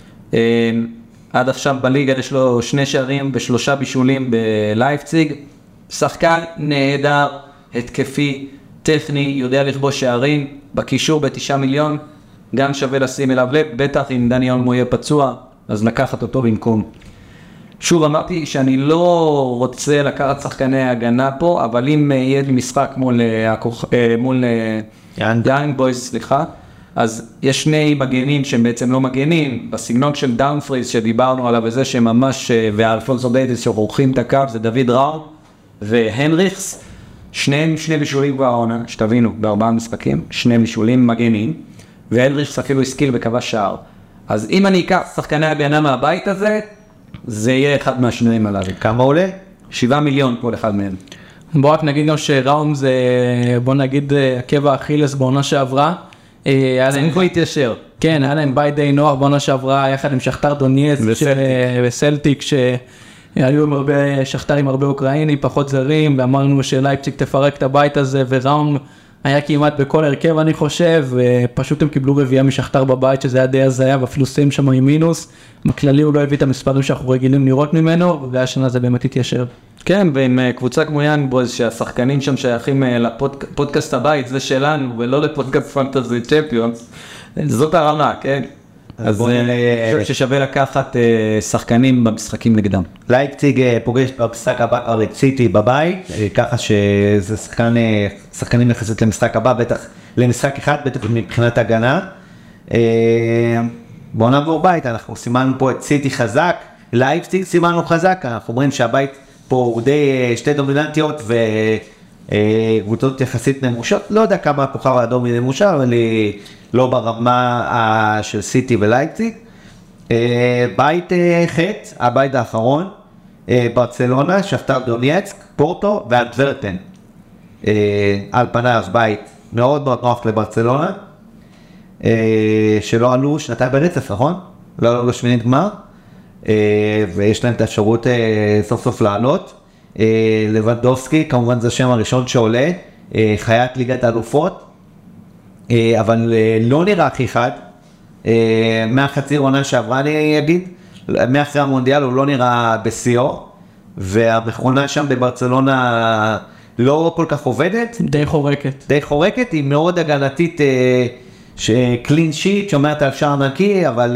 עד עכשיו בליגה יש לו 2 שערים ו3 בישולים בלייפציג, שחקן נהדר, התקפי, טכני, יודע לכבוש שערים, בקישור ב9 מיליון, גם שווה לשים אליו לב, בטח אם דני אולמו יהיה פצוע, אז לקחת אותו במקום. שוב אמרתי שאני לא רוצה לקחת שחקני הגנה פה, אבל אם יהיה לי משחק מול יאנג בויז, סליחה, אז יש שני מגנים שהם בעצם לא מגנים, בסגנון של דאונפריז שדיברנו עליו וזה שממש, ואלפונסו דייוויס שעורכים את הקו, זה דוד ראו והנריכס, שני בישולים כבר העונה, שתבינו, בארבעה משחקים, שני בישולים מגנים, והנריכס אפילו השכיל וכבש שער. אז אם אני אקח שחקני הגנה מהבית הזה, זה יהיה אחד מהשניים עליו. כמה עולה? 7 מיליון כל אחד מהם. בוא רק נגיד גם שראום זה, בוא נגיד, עקב האכילס בעונה שעברה. צריך להתיישר. כן, היה להם בית די נוח בעונה שעברה, יחד עם שכתר דונייץ וסלטיק, שהיו עם הרבה, שכתר עם הרבה אוקראינים, פחות זרים, ואמרנו שלייפציג תפרק את הבית הזה, וראום היה כמעט בכל הרכב אני חושב, ופשוט הם קיבלו רביעה משכתר בבית, שזה היה די הזיה, ואפילו סיים שם עם מינוס. בכללי הוא לא הביא את המספרים שאנחנו רגילים לראות ממנו, והשנה זה באמת התיישר. כן, ועם קבוצה כמו יאנג בויז, שהשחקנים שם שייכים לפודקאסט הבית, זה שלנו, ולא לפודקאסט פנטזי צ'מפיונס, זאת הרמה, כן? אז אני חושב ששווה לקחת שחקנים במשחקים נגדם. לייפציג פוגש במשחק הבא את סיטי בבית, ככה שזה שחקנים יחסית למשחק הבא, בטח למשחק אחד, בטח מבחינת הגנה. בואו נעבור בית, אנחנו סימנו פה את סיטי חזק, לייפציג סימנו חזק, אנחנו אומרים שהבית פה הוא די שתי דומיננטיות וקבוצות יחסית נמושות, לא יודע כמה הכוכב האדום היא נמושה, אבל היא לא ברמה של סיטי ולייפציג. בית חטא, הבית האחרון, ברצלונה, שכתר דונייצק, פורטו ואנטוורפן. על פניו בית מאוד מאוד נוח לברצלונה, שלא עלו שנתיים ברצף, נכון? לא עלו לשמינית גמר, ויש להם את האפשרות סוף סוף לעלות. לבנדובסקי, כמובן זה השם הראשון שעולה, חיית ליגת האלופות, אבל לא נראה הכי חד, מהחצי עונה שעברה אני אגיד, מאחרי המונדיאל הוא לא נראה בשיאו, והמכונה שם בברצלונה לא כל כך עובדת. די חורקת, היא מאוד הגנתית, שקלין שיט, שומרת על שער נקי, אבל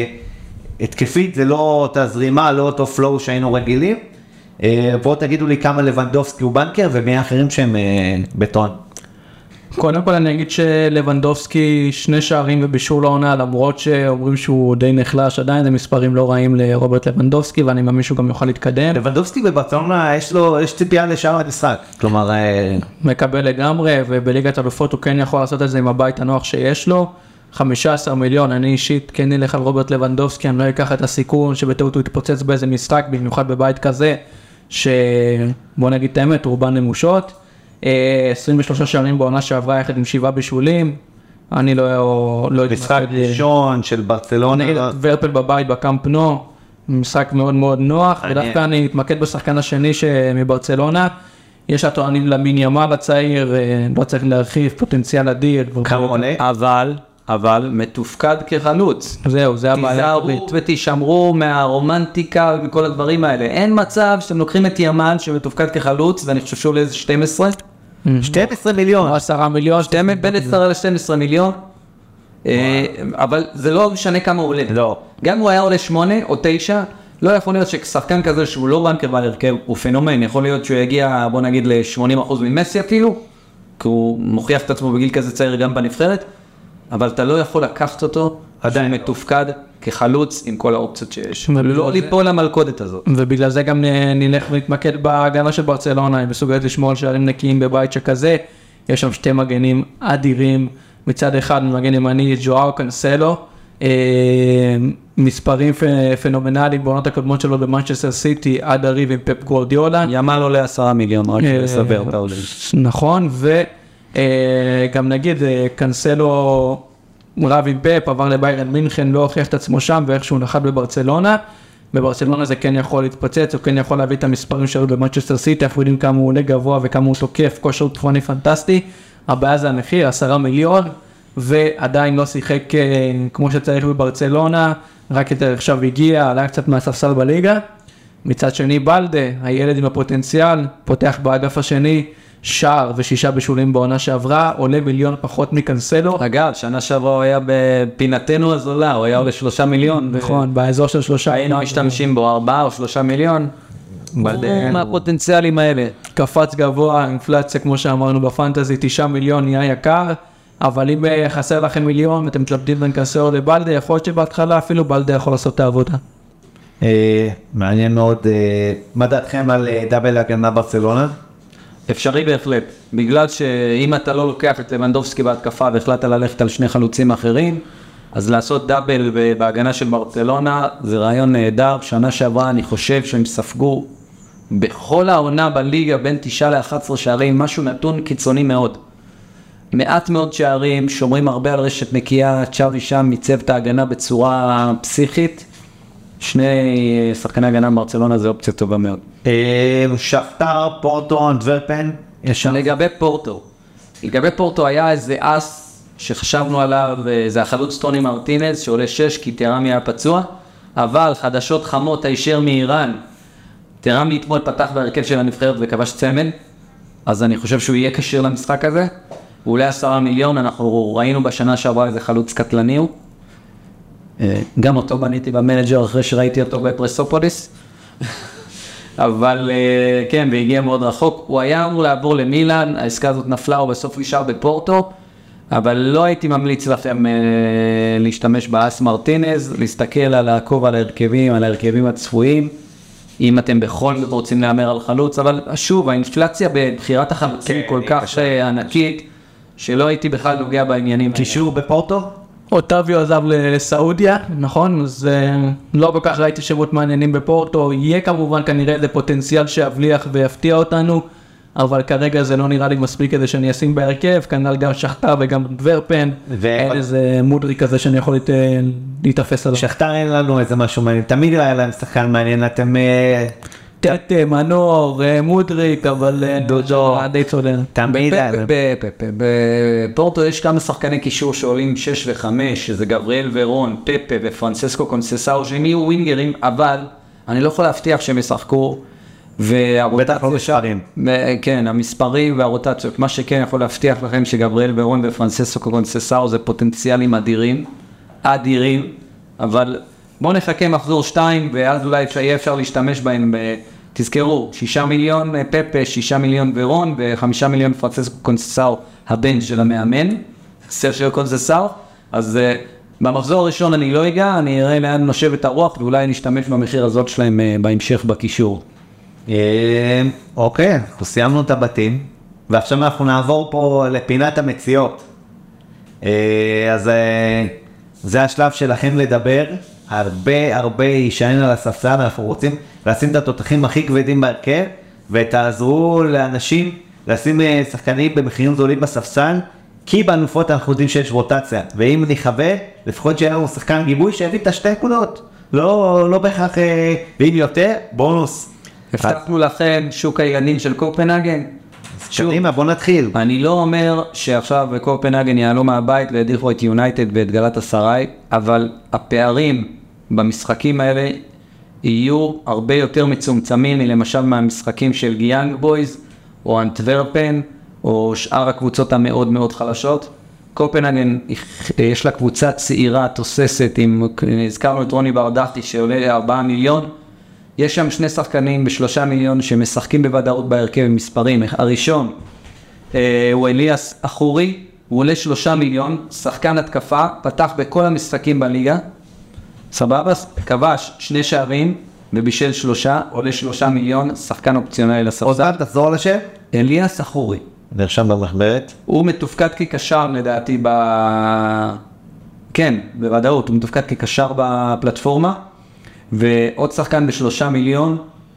התקפית זה לא אותה זרימה, לא אותו פלואו שהיינו רגילים. בואו תגידו לי כמה לבנדובסקי הוא בנקר ומי האחרים שהם בטון. קודם כל אני אגיד שלבנדובסקי 2 שערים ובישול לעונה, למרות שאומרים שהוא די נחלש, עדיין זה מספרים לא רעים לרוברט לבנדובסקי, ואני מאמין שהוא גם יוכל להתקדם. לבנדובסקי בברצלונה יש ציפייה לשער המשחק, כלומר מקבל לגמרי, ובליגת אלופות הוא כן יכול לעשות את זה עם הבית הנוח שיש לו. 15 מיליון, אני אישית כן נלך על רוברט לבנדובסקי, אני לא אקח את הסיכון שבטעות הוא יתפוצץ באיזה משחק, במיוחד בבית כזה, שבוא נגיד את האמת, רובן נמושות. 23 שערים בעונה שעברה יחד עם 7 בישולים, אני לא משחק ראשון של ברצלונה. נגד ורפל בבית בקאמפ נו, משחק מאוד מאוד נוח, ודווקא אני מתמקד בשחקן השני מברצלונה, יש הטוענים למין ימל הצעיר, לא צריך להרחיב, פוטנציאל אדיר. כמה עולה? אבל מתופקד כחלוץ. זהו, זה הבעיה. תיזהרו ותשמרו מהרומנטיקה וכל הדברים האלה. אין מצב שאתם לוקחים את ימן שמתופקד כחלוץ, ואני חושב שהוא לאיזה 12. 12 מיליון. או 10 מיליון. בין 10 ל-12 מיליון. אבל זה לא משנה כמה הוא עולה. לא. גם הוא היה עולה 8 או 9, לא יכול להיות ששחקן כזה שהוא לא בנקר בהרכב, הוא פנומן. יכול להיות שהוא יגיע, בוא נגיד, ל-80% ממסי אפילו, כי הוא מוכיח את עצמו בגיל כזה צעיר גם בנבחרת. אבל אתה לא יכול לקחת אותו, עדיין מתופקד כחלוץ עם כל האופציות שיש. לא ליפול למלכודת הזאת. ובגלל זה גם נלך ונתמקד בהגנה של ברצלונה, היא מסוגלת לשמור על שערים נקיים בבית שכזה, יש שם 2 מגנים אדירים, מצד אחד מגן ימני ג'ואאו קנסלו, מספרים פנומנליים בעונות הקודמות שלו במנצ'סטר סיטי, עד הריב עם פפ גוארדיולה. ימל עולה 10 מיליון, רק לסבר את העולה. נכון, וגם נגיד קנסלו רב עם פפ, עבר לביירן מינכן, לא הוכיח את עצמו שם, ואיכשהו נחת בברצלונה. בברצלונה זה כן יכול להתפוצץ, או כן יכול להביא את המספרים שלו במנצ'סטר סיטי, אנחנו יודעים כמה הוא עולה גבוה וכמה הוא תוקף, כושר תפוני פנטסטי. הבעיה זה המחיר, 10 מיליון, ועדיין לא שיחק כמו שצריך בברצלונה, רק יותר עכשיו הגיע, עלה קצת מהספסל בליגה. מצד שני בלדה, הילד עם הפוטנציאל, פותח באגף השני, שער ו6 בישולים בעונה שעברה, עולה מיליון פחות מקנסלו. אגב, שנה שעברה הוא היה בפינתנו הזולה, הוא היה עולה 3 מיליון. נכון, באזור של 3. היינו משתמשים בו 4 או 3 מיליון. מהפוטנציאלים האלה. קפץ גבוה, אינפלציה כמו שאמרנו בפנטזי, 9 מיליון נהיה יקר, אבל אם חסר לכם מיליון, אתם מתלבטים בין קנסלו לבלדה, יכול להיות שבהתחלה אפילו בלדה יכול לעשות את העבודה. מעניין מאוד, מה דעתכם על דאבל הגנה ברצלונה? אפשרי בהחלט, בגלל שאם אתה לא לוקח את לבנדובסקי בהתקפה והחלטת ללכת על שני חלוצים אחרים, אז לעשות דאבל בהגנה של ברצלונה זה רעיון נהדר. שנה שעברה אני חושב שהם ספגו בכל העונה בליגה בין 9 ל-11 שערים, משהו נתון קיצוני מאוד. מעט מאוד שערים, שומרים הרבה על רשת נקייה, צ'אבי שם מיצב את ההגנה בצורה פסיכית. שני שחקני הגנה בברצלונה זה אופציה טובה מאוד. שכתר, פורטו, אנטוורפן. לגבי פורטו היה איזה אס שחשבנו עליו, זה החלוץ טוני מרטינז שעולה 6 כי תרמי היה פצוע, אבל חדשות חמות הישר מאיראן, תרמי אתמול פתח בהרכב של הנבחרת וכבש צמד, אז אני חושב שהוא יהיה קשיר למשחק הזה, הוא עולה 10 מיליון, אנחנו ראינו בשנה שעברה איזה חלוץ קטלני הוא, גם אותו בניתי במנג'ר אחרי שראיתי אותו בפרסופוליס, אבל כן, והגיע מאוד רחוק, הוא היה אמור לעבור למילאן, העסקה הזאת נפלה, הוא בסוף נשאר בפורטו, אבל לא הייתי ממליץ לכם להשתמש באס מרטינז, להסתכל על העקוב על ההרכבים הצפויים, אם אתם בכל זאת רוצים להמר על חלוץ, אבל שוב, האינפלציה בבחירת החלוצים כל כך ענקית, שלא הייתי בכלל נוגע בעניינים. קישור בפורטו? אוטביו עזב לסעודיה, נכון? אז לא כל כך ראיתי שמות מעניינים בפורטו, יהיה כמובן כנראה איזה פוטנציאל שיבליח ויפתיע אותנו, אבל כרגע זה לא נראה לי מספיק כדי שאני אשים בהרכב, כנ"ל גם שכתר וגם ורפן, אין איזה מודרי כזה שאני יכול להתאפס עליו. שכתר אין לנו איזה משהו מעניין, תמיד היה להם שחקן מעניין, אתם... מנור, מודריק, אבל דודו, די צודק. תמיד היה להם. בפורטו יש כמה שחקני קישור שעולים 6 ו-5, שזה גבריאל ורון, פפה ופרנססקו קונססאו, שהם יהיו ווינגרים, אבל אני לא יכול להבטיח שהם ישחקו, בטח לא בשערים. כן, המספרים והרוטציות, מה שכן יכול להבטיח לכם שגבריאל ורון ופרנססקו קונססאו זה פוטנציאלים אדירים, אבל בואו נחכה מחזור 2 ואז אולי יהיה אפשר להשתמש בהם, תזכרו, 6 מיליון פפה, 6 מיליון ורון ו5 מיליון פרנססקו קונססאו, הבן של המאמן, סרשיו קונססאו, אז במחזור הראשון אני לא אגע, אני אראה לאן נושבת הרוח ואולי נשתמש במחיר הזאת שלהם בהמשך בקישור. אוקיי, אנחנו סיימנו את הבתים, ועכשיו אנחנו נעבור פה לפינת המציאות. אז זה השלב שלכם לדבר, הרבה יישען על הספסל, אנחנו רוצים לשים את התותחים הכי כבדים בהרכב, ותעזרו לאנשים לשים שחקנים במחירים זולים בספסל, כי באלופות אנחנו יודעים שיש רוטציה, ואם נחווה, לפחות שיהיה לנו שחקן גיבוי שהביא את השתי נקודות, לא בהכרח, ואם יותר, בונוס. הבטחנו לכם שוק העילנים של קופנהגן. קדימה, בוא נתחיל. אני לא אומר שעכשיו קופנהגן יעלו מהבית והדיחו את יונייטד ואת גלאטסראי, אבל הפערים במשחקים האלה יהיו הרבה יותר מצומצמים מלמשל מהמשחקים של גיאנג בויז או אנטוורפן או שאר הקבוצות המאוד מאוד חלשות. קופנהגן יש לה קבוצה צעירה תוססת, הזכרנו את רוני ברדכטי שעולה 4 מיליון, יש שם 2 שחקנים ב3 מיליון שמשחקים בוודאות בהרכב עם מספרים. הראשון הוא אליאס אחורי, הוא עולה 3 מיליון, שחקן התקפה, פתח בכל המשחקים בליגה, סבבה, כבש 2 שערים ובישל 3, עולה 3 מיליון, שחקן אופציונלי לספסל. עוד פעם, תחזור על השם? אליאס אחורי. נרשם במחברת. הוא מתופקד כקשר לדעתי כן, בוודאות, הוא מתופקד כקשר בפלטפורמה, ועוד שחקן ב3 מיליון,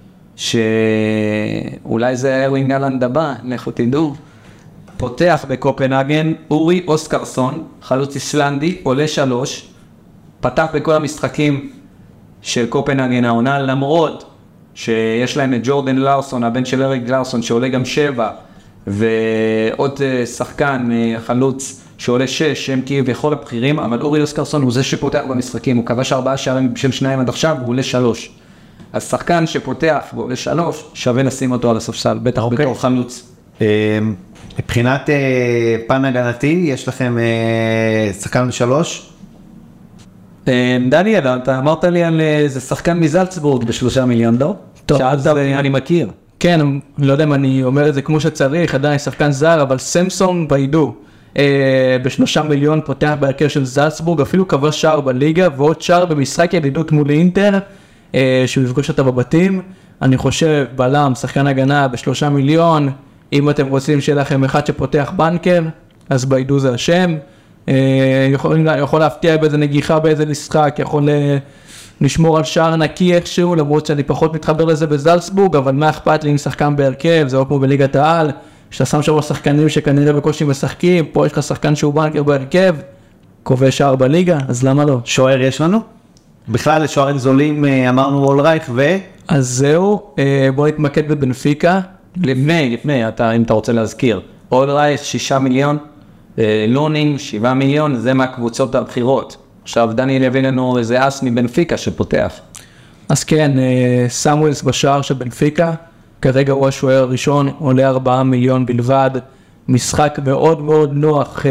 שאולי זה ארווין גלנד הבא, לכו תדעו, פותח בקופנהגן, אורי אוסקרסון, חלוץ איסלנדי, עולה 3, פתח בכל המשחקים של קופנהגן העונה, למרות שיש להם את ג'ורדן לארסון, הבן של אריק לארסון, שעולה גם 7, ועוד שחקן חלוץ שעולה 6, שם כביכול הבכירים, אבל אורי אוסקרסון הוא זה שפותח במשחקים, הוא כבש 4 שערים בשל 2 עד עכשיו, הוא עולה 3. אז שחקן שפותח ועולה 3, שווה לשים אותו על הספסל, בטח בתור חלוץ. מבחינת פן הגנתי, יש לכם שחקן 3? דניאל, אתה אמרת לי על איזה שחקן מזלצבורג ב3 מיליון, לא? טוב, שאלת אני מכיר. כן, לא יודע אם אני אומר את זה כמו שצריך, עדיין שחקן זר, אבל סמסון ביידו, ב3 מיליון פותח בהרכב של זלצבורג, אפילו כבש שער בליגה, ועוד שער במשחק ידידות מול אינטר, שהוא יפגוש אותה בבתים. אני חושב, בלם, שחקן הגנה ב3 מיליון, אם אתם רוצים שיהיה לכם אחד שפותח בנקר, אז ביידו זה השם. יכול להפתיע באיזה נגיחה באיזה משחק, יכול לשמור על שער נקי איכשהו, למרות שאני פחות מתחבר לזה בזלצבורג, אבל מה אכפת לי עם שחקן בהרכב, זה לא כמו בליגת העל, שאתה שם שם שחקנים שכנראה בקושי משחקים, פה יש לך שחקן שהוא בנקר בהרכב, כובש שער בליגה, אז למה לא? שוער יש לנו? בכלל לשוערים זולים אמרנו אולרייך אז זהו, בוא נתמקד בבנפיקה. לפני, אם אתה רוצה להזכיר, אולרייך 6 מיליון, לונינג 7 מיליון, זה מהקבוצות הבחירות. עכשיו דניאל יביא לנו איזה אס מבנפיקה שפותח. אז כן, סמואלס בשער של בנפיקה, כרגע הוא השוער הראשון, עולה 4 מיליון בלבד, משחק מאוד מאוד נוח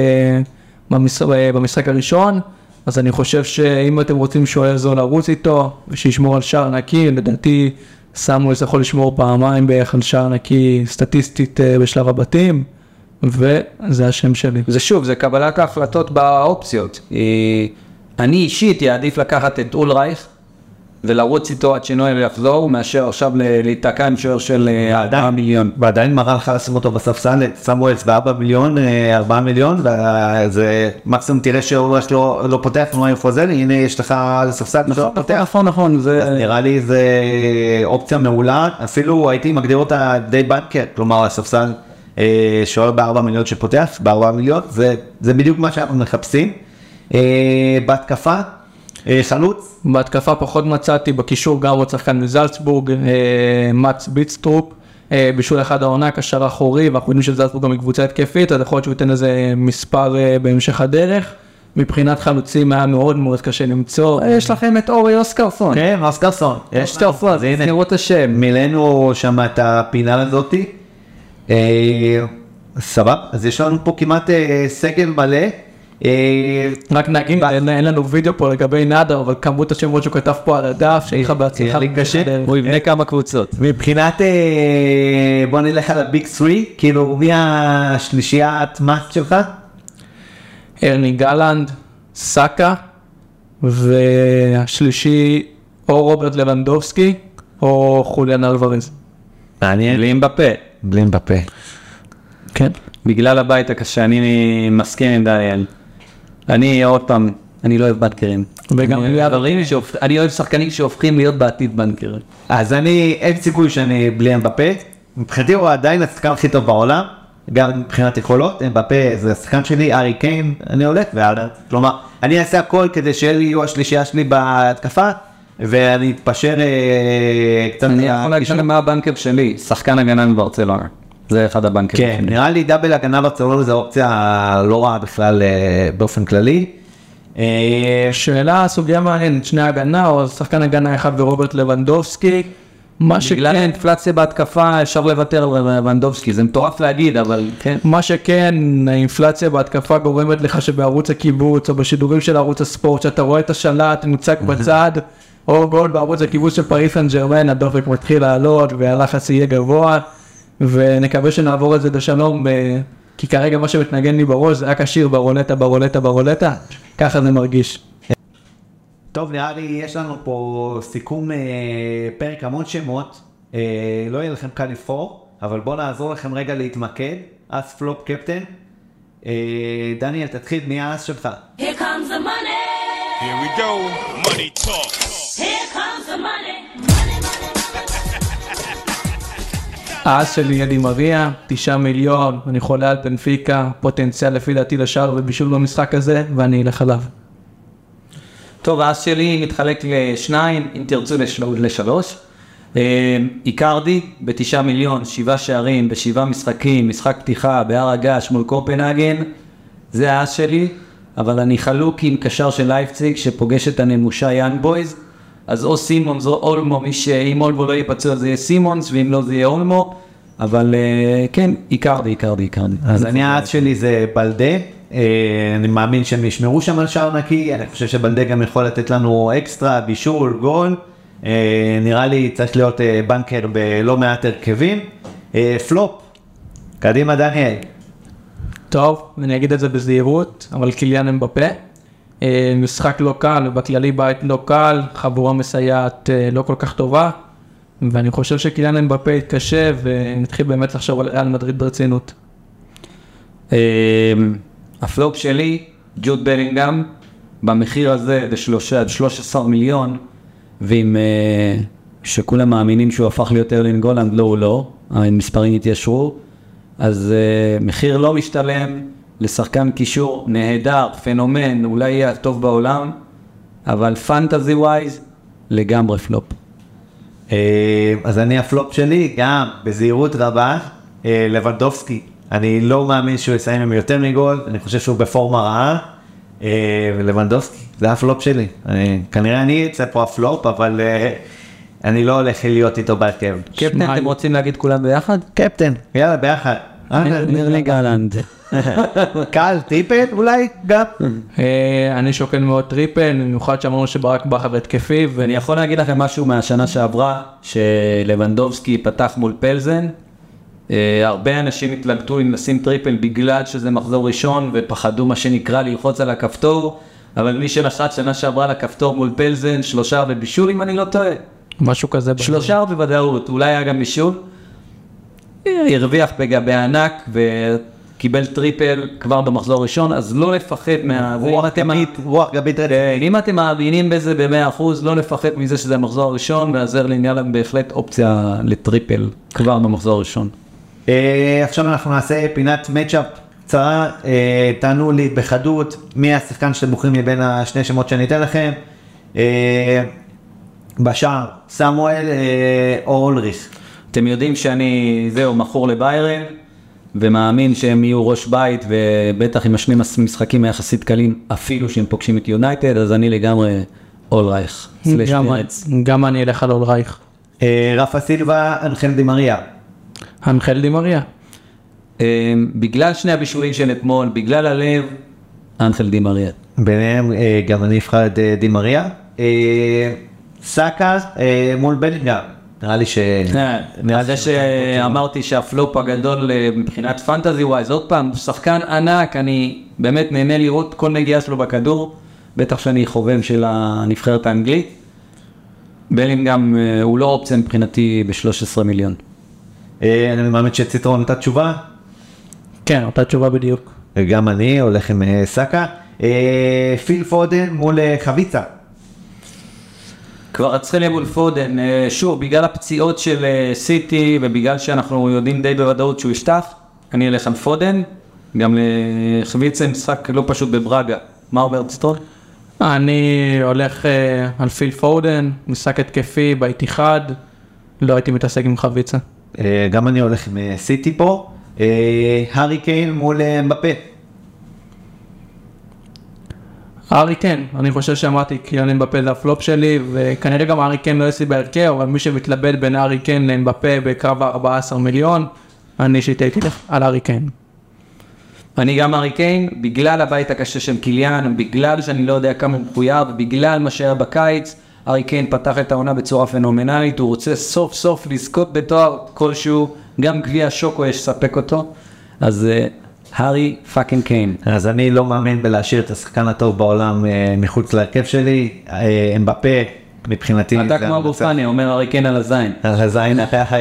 במשחק הראשון, אז אני חושב שאם אתם רוצים שוער זול לרוץ איתו, ושישמור על שער נקי, לדעתי סמואלס יכול לשמור פעמיים בערך על שער נקי סטטיסטית בשלב הבתים, וזה השם שלי. זה שוב, זה קבלת ההחלטות באופציות. אני אישית יעדיף לקחת את אולרייך, ולרוץ איתו עד שנועל יחזור, מאשר עכשיו להתעקע עם שוער של 4 מיליון. ועדיין מראה לך לשים אותו בספסל, את סמואלס ב4 מיליון, 4 מיליון, וזה מקסימום תראה שאולרייך לא פותח, לא יפוזל, הנה יש לך ספסל, נכון, זה נראה לי זה אופציה מעולה, אפילו הייתי מגדיר אותה די בנקר, כלומר הספסל שוער ב4 מיליון שפותח, ב4 מיליון, זה בדיוק מה שאנחנו מחפשים. בהתקפה, חלוץ? בהתקפה פחות מצאתי, בקישור גם עוד שחקן מזלצבורג, מקס ביטסטרופ, בשביל אחד העונה, קשר אחורי, ואנחנו יודעים שזלצבורג גם מקבוצה התקפית, אז יכול להיות שהוא ייתן איזה מספר בהמשך הדרך. מבחינת חלוצים היה מאוד מאוד קשה למצוא. יש לכם את אורי אוסקרסון. כן, אוסקרסון. אוסקרסון, תראו את השם. מילאנו שם את הפינה הזאתי. סבב, אז יש לנו פה כמעט סגל מלא. רק נגיד, אין לנו וידאו פה לגבי נאדר, אבל כמות השמות שהוא כתב פה על הדף, שאיך בהצלחה. הוא יבנה כמה קבוצות. מבחינת, בוא נלך על הביג 3, כאילו מי השלישיית מאסט שלך? ארני גלנד, סאקה, והשלישי או רוברט לבנדובסקי, או חוליאן אלוורז. מעניין. בלי אמבפה. כן. בגלל הבית הקשה, אני מסכים עם דניאל. אני עוד פעם, אני לא אוהב בנקרים. אני אוהב שחקנים שהופכים להיות בעתיד בנקרים. אז אין סיכוי שאני בלי אמבפה. מבחינתי הוא עדיין השחקן הכי טוב בעולם, גם מבחינת יכולות. אמבפה זה השחקן שלי, ארי קיין, אני הולך והלאה. כלומר, אני אעשה הכל כדי שיהיו השלישייה שלי בהתקפה, ואני אתפשר קצת. אני יכול להגיד מה הבנקר שלי, שחקן הגנה מברצלונה. זה אחד הבנקרים. כן, נראה לי דאבל הגנה ברצלונה זו אופציה לא רעה בכלל באופן כללי. שאלה, סוגיה מעניינת, שני הגנה או שחקן הגנה אחד ורוברט לבנדובסקי. בגלל האינפלציה בהתקפה אפשר לוותר על לבנדובסקי, זה מטורף להגיד, אבל כן. מה שכן, האינפלציה בהתקפה גורמת לך שבערוץ הקיבוץ או בשידורים של ערוץ הספורט, שאתה רואה את השלט מוצג בצד, או גול בערוץ הקיבוץ של פריס סן ז'רמן, הדופק מתחיל לעלות והלחץ יהיה גבוה. ונקווה שנעבור את זה בשלום, כי כרגע מה שמתנגן לי בראש זה רק השיר ברולטה, ככה זה מרגיש. טוב, נראה לי יש לנו פה סיכום פרק המון שמות, לא יהיה לכם קל לבחור, אבל בואו נעזור לכם רגע להתמקד. אס פלופ קפטן, דניאל תתחיל, מי האס שלך? Here comes the money. Here we go, money talk. Here comes the money. האס שלי ידי מריה, 9 מיליון, אני חולה על בנפיקה, פוטנציאל לפי דעתי לשער ובישול במשחק הזה, ואני אלך עליו. טוב, האס שלי מתחלק לשניים, אם תרצו לשלוש. איקרדי ב9 מיליון, 7 שערים, ב7 משחקים, משחק פתיחה, בהר הגעש מול קופנהגן, זה האס שלי, אבל אני חלוק עם קשר של לייפציג שפוגש את הנמושה יאנג בויז, אז או סימונס או אולמו, אם אולמו לא יהיה פצוע זה יהיה סימונס, ואם לא זה יהיה אולמו, אבל כן, עיקרדי. אז אני האץ שלי זה בלדה, אני מאמין שהם ישמרו שם על שער נקי, אני חושב שבלדה גם יכול לתת לנו אקסטרה, בישול, גול, נראה לי צריך להיות בנקר בלא מעט הרכבים. פלופ, קדימה דניאל. טוב, אני אגיד את זה בזהירות, אבל קיליאן אמבפה. משחק לא קל, ובכללי בית לא קל, חבורה מסייעת לא כל כך טובה, ואני חושב שקיליאן אמבפה יתקשה, ונתחיל באמת לחשוב על ריאל מדריד ברצינות. הפלופ שלי, ג'וד בלינגהאם, במחיר הזה זה 13 מיליון, ועם שכולם מאמינים שהוא הפך להיות ארלינג הולנד, לא הוא לא, המספרים התיישרו, אז מחיר לא משתלם, לשחקן קישור נהדר, פנומן, אולי יהיה הטוב בעולם, אבל פנטזי ווייז, לגמרי פלופ. אז אני הפלופ שלי, גם בזהירות רבה, לבנדובסקי. אני לא מאמין שהוא יסיים עם יותר מגול, אני חושב שהוא בפורמה רעה, ולבנדובסקי, זה הפלופ שלי. כנראה אני אצא פה הפלופ, אבל אני לא הולך להיות איתו בהרכב. קפטן, אתם רוצים להגיד כולם ביחד? קפטן, יאללה, ביחד. ארלינג הולנד. קל, טריפל אולי גם? אני שוקל מאוד טריפל, במיוחד שאמרנו שברק בכר התקפי, ואני יכול להגיד לכם משהו מהשנה שעברה, שלבנדובסקי פתח מול פלזן, הרבה אנשים התלבטו אם לשים טריפל בגלל שזה מחזור ראשון, ופחדו מה שנקרא ללחוץ על הכפתור, אבל מי שנחת שנה שעברה לכפתור מול פלזן, 3 ובישול אם אני לא טועה. משהו כזה. 3 בוודאות, אולי היה גם בישול. הרוויח בענק וקיבל טריפל כבר במחזור ראשון, אז לא לפחד רוח גבית רצינית. אם אתם מאמינים בזה ב100%, לא לפחד מזה שזה המחזור הראשון, ועזר לעניין בהחלט אופציה לטריפל כבר במחזור הראשון. עכשיו אנחנו נעשה פינת מצ'אפ קצרה, תענו לי בחדות מי השחקן שאתם בוחרים מבין השני שמות שאני אתן לכם. בשער, סמואל או אולריך. אתם יודעים שאני, מכור לביירן, ומאמין שהם יהיו ראש בית, ובטח עם השני משחקים היחסית קלים, אפילו שהם פוגשים את יונייטד, אז אני לגמרי אולרייך. גם אני אלך על אולרייך. רפה סילבה, אנחל די מריה. אנחל די מריה. בגלל שני הבישולים של אתמול, בגלל הלב, אנחל די מריה. ביניהם גם אני אבחר את די מריה. סאקה מול בלינגהאם. נראה לי זה שאמרתי שהפלופ הגדול מבחינת פנטזי ווייז, עוד פעם, שחקן ענק, אני באמת נהנה לראות כל נגיעה שלו בכדור, בטח שאני חובב של הנבחרת האנגלית. בלינגהאם הוא לא אופציה מבחינתי ב-13 מיליון. אני מאמין שציטרון נתת תשובה? כן, אותה תשובה בדיוק. גם אני הולך עם סאקה. פיל פודן מול חביצה. כבר צריכים מול פודן, שוב, בגלל הפציעות של סיטי, ובגלל שאנחנו יודעים די בוודאות שהוא ישטח, אני אלך על פודן, גם לחביצה משחק לא פשוט בברגה. מה אומר ציטרון? אני הולך על פיל פודן, משחק התקפי, בית אחד, לא הייתי מתעסק עם חביצה. גם אני הולך עם סיטי פה, הארי קיין מול אמבפה. הארי קיין, אני חושב שאמרתי קיליאן אמבפה זה הפלופ שלי, וכנראה גם הארי קיין לא יעשי בהרכב, אבל מי שמתלבט בין הארי קיין לאמבפה בקרב 14 מיליון, אני שיתייתי על הארי קיין. אני גם הארי קיין, בגלל הבית הקשה של קיליאן, בגלל שאני לא יודע כמה הוא מחויב, ובגלל מה שהיה בקיץ, הארי קיין פתח את העונה בצורה פנומנלית, הוא רוצה סוף סוף לזכות בתואר כלשהו, גם גביע שוקו יש לספק אותו, אז הארי פאקינג קיין. אז אני לא מאמין בלהשאיר את השחקן הטוב בעולם מחוץ להרכב שלי, אמבפה מבחינתי. אתה כמו אבו פאני, אומר הארי קיין על הזין. על הזין,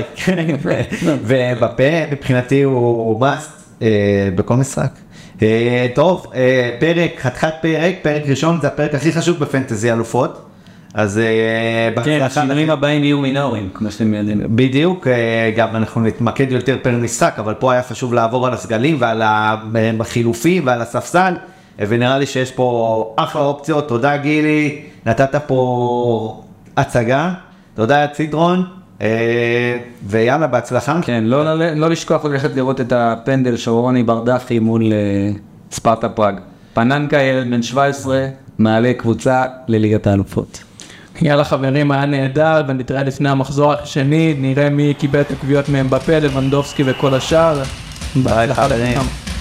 ואמבפה מבחינתי הוא מאסט בכל משחק. טוב, חתיכת פרק ראשון, זה הפרק הכי חשוב בפנטזי אלופות. אז כן, השינויים הבאים יהיו מינוריים, כמו שאתם יודעים. בדיוק, גם אנחנו נתמקד יותר פר משחק, אבל פה היה חשוב לעבור על הסגלים ועל החילופים ועל הספסל, ונראה לי שיש פה אחלה אופציות. תודה גילי, נתת פה הצגה, תודה ציטרון, ויאללה, בהצלחה. כן, לא לשכוח ללכת לראות את הפנדל של רוני ברדחי מול ספרטה פראג. פננקה ילד בן 17, מעלה קבוצה לליגת האלופות. יאללה חברים, היה נהדר, ונתראה לפני המחזור השני, נראה מי קיבל את הקביעות מאמבפה, לבנדובסקי וכל השאר. ביי חברים. לכולם.